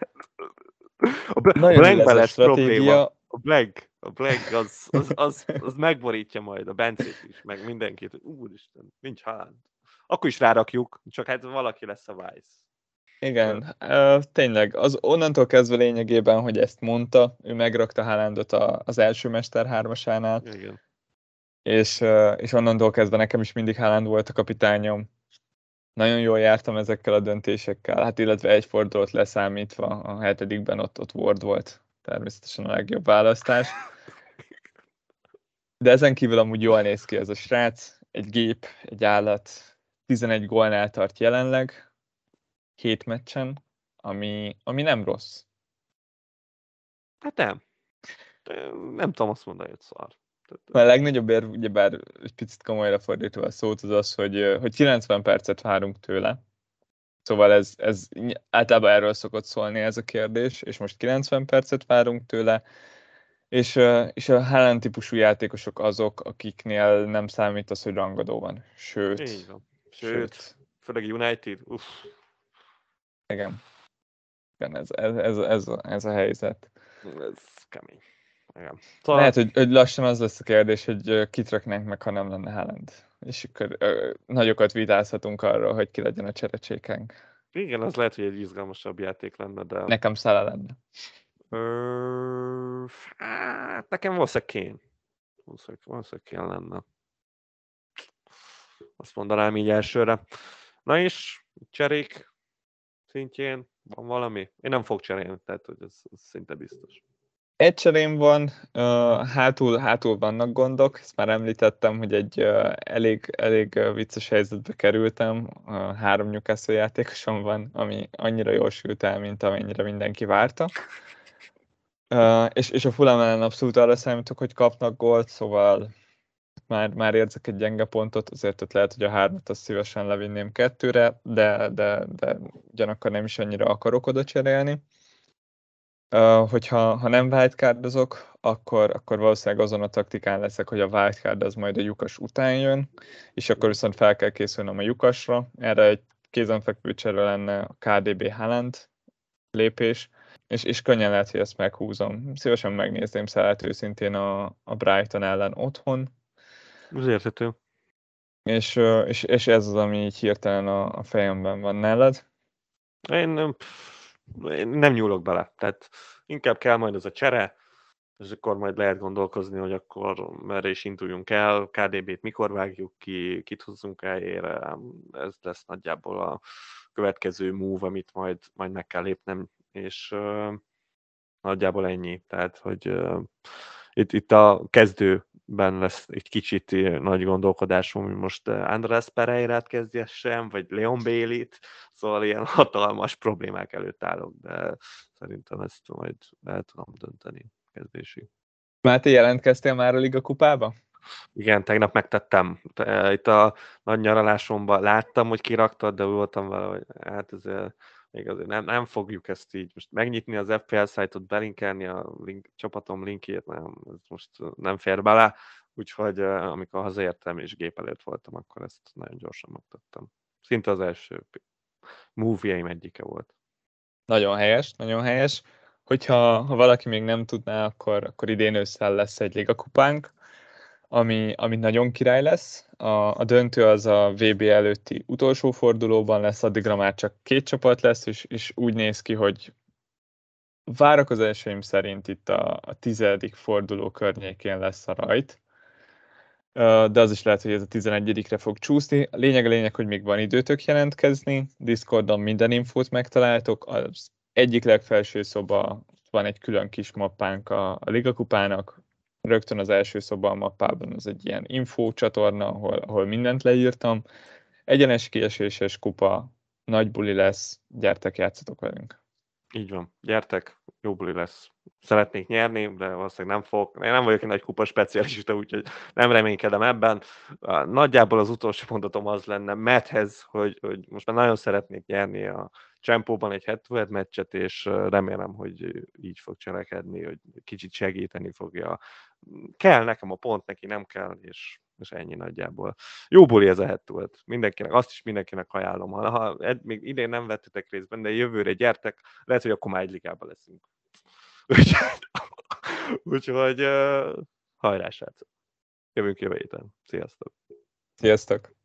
A, bl- a nagyon ill blankben ez a lesz probléma. stratégia. A blank, a blank az, az, az, az megborítja majd a Bencét is, meg mindenkit, hogy úristen, nincs Haaland. Akkor is rárakjuk, csak hát valaki lesz a Vice. Igen, uh, tényleg, az onnantól kezdve lényegében, hogy ezt mondta, ő megrakta Haalandot a, az első Mester hármasánál, Igen. és, uh, és onnantól kezdve nekem is mindig Haaland volt a kapitányom. Nagyon jól jártam ezekkel a döntésekkel, hát illetve egy fordulót leszámítva, a hetedikben ott, ott Ward volt természetesen a legjobb választás. De ezen kívül amúgy jól néz ki ez a srác, egy gép, egy állat, tizenegy gólnál tart jelenleg, hét meccsen, ami, ami nem rossz. Hát nem. De nem tudom azt mondani, hogy szar. A legnagyobb érv, ugyebár egy picit komolyra fordítva a szót, az az, hogy, hogy kilencven percet várunk tőle. Szóval ez, ez általában erről szokott szólni ez a kérdés, és most kilencven percet várunk tőle, és, és a Haaland típusú játékosok azok, akiknél nem számít az, hogy rangadó van. Sőt, Így van. Sőt, sőt. főleg United, uff. Igen. Igen, ez, ez, ez, ez, ez a helyzet. Ez kemény. Igen. Szóval... Lehet, hogy, hogy lassan az lesz a kérdés, hogy kit raknánk meg, ha nem lenne Haaland. És akkor ö, nagyokat vitázhatunk arról, hogy ki legyen a cserecsékánk. Igen, az lehet, hogy egy izgalmasabb játék lenne, de... Nekem Salah lenne. Ö... Hát, nekem valószínűleg Kane. Valószínűleg, valószínűleg Kane lenne. Azt mondanám így elsőre. Na és, cserék szintjén van valami? Én nem fog cserélni, tehát hogy ez, ez szinte biztos. Egy cserém van, hátul, hátul vannak gondok, ezt már említettem, hogy egy elég, elég vicces helyzetbe kerültem, három Newcastle játékosom van, ami annyira jól sült el, mint amennyire mindenki várta. És, és a Fulham ellen abszolút arra számítok, hogy kapnak gólt, szóval már, már érzek egy gyenge pontot, azért ott lehet, hogy a hármat azt szívesen levinném kettőre, de, de, de ugyanakkor nem is annyira akarok oda cserélni. Uh, hogyha ha nem wildcardozok, akkor, akkor valószínűleg azon a taktikán leszek, hogy a wildcard az majd a lyukas után jön, és akkor viszont fel kell készülnöm a lyukasra. Erre egy kézenfekvő csere lenne a ká dé bé Haaland lépés, és, és könnyen lehet, hogy ezt meghúzom. Szívesen megnézném Salahot őszintén a, a Brighton ellen otthon. Ez érthető. És, és, és ez az, ami így hirtelen a, a fejemben van nálad. Én nem, én nem nyúlok bele, tehát inkább kell majd ez a csere, és akkor majd lehet gondolkozni, hogy akkor merre is induljunk el, ká dé bét mikor vágjuk ki, kit hozzunk helyére, ez lesz nagyjából a következő move, amit majd, majd meg kell lépnem, és uh, nagyjából ennyi. Tehát, hogy uh, itt, itt a kezdőben lesz egy kicsit nagy gondolkodásom, hogy most András Pereirát kezdjessem, vagy Leon Bailey-t, szóval ilyen hatalmas problémák előtt állok, de szerintem ezt majd el tudom dönteni kezdésig. Máté, jelentkeztél már a Liga kupába? Igen, tegnap megtettem. Itt a nagy nyaralásomban láttam, hogy kiraktad, de voltam vele, hogy hát ez még azért nem, nem fogjuk ezt így most megnyitni az ef pé el szájtot, belinkelni a link, csapatom linkjét, nem, ez most nem fér bele, úgyhogy amikor hazaértem és gép előtt voltam, akkor ezt nagyon gyorsan megtettem. Szinte az első movie-eim egyike volt. Nagyon helyes, nagyon helyes. Hogyha ha valaki még nem tudná, akkor, akkor idén ősszel lesz egy ligakupánk, ami, ami nagyon király lesz. A, a döntő az a vé bé előtti utolsó fordulóban lesz, addigra már csak két csapat lesz, és, és úgy néz ki, hogy várakozásaim szerint itt a, a tizedik forduló környékén lesz a rajt, de az is lehet, hogy ez a tizenegyedikre fog csúszni. A lényeg a lényeg, hogy még van időtök jelentkezni, Discordon minden infót megtaláltok, az egyik legfelső szoba, van egy külön kis mappánk a, a ligakupának, rögtön az első szoba a mappában az egy ilyen infó csatorna, ahol, ahol mindent leírtam. Egyenes kieséses kupa, nagy buli lesz, gyertek, játszatok velünk. Így van, gyertek, jó buli lesz. Szeretnék nyerni, de valószínűleg nem fog. Én nem vagyok egy nagy kupa specialista, úgyhogy nem reménykedem ebben. Nagyjából az utolsó mondatom az lenne Matthez, hogy, hogy most már nagyon szeretnék nyerni a Csempóban egy head-to-head meccset, és remélem, hogy így fog cselekedni, hogy kicsit segíteni fogja. Kell nekem a pont, neki nem kell, és, és ennyi nagyjából. Jó buli ez a head-to-head. Mindenkinek, azt is mindenkinek ajánlom. Ha, ha ed, még idén nem vettetek részben, de jövőre gyertek, lehet, hogy akkor már egy ligában leszünk. Úgyhogy uh, hajrá, srácok! Jövünk jövő héten. Sziasztok! Sziasztok!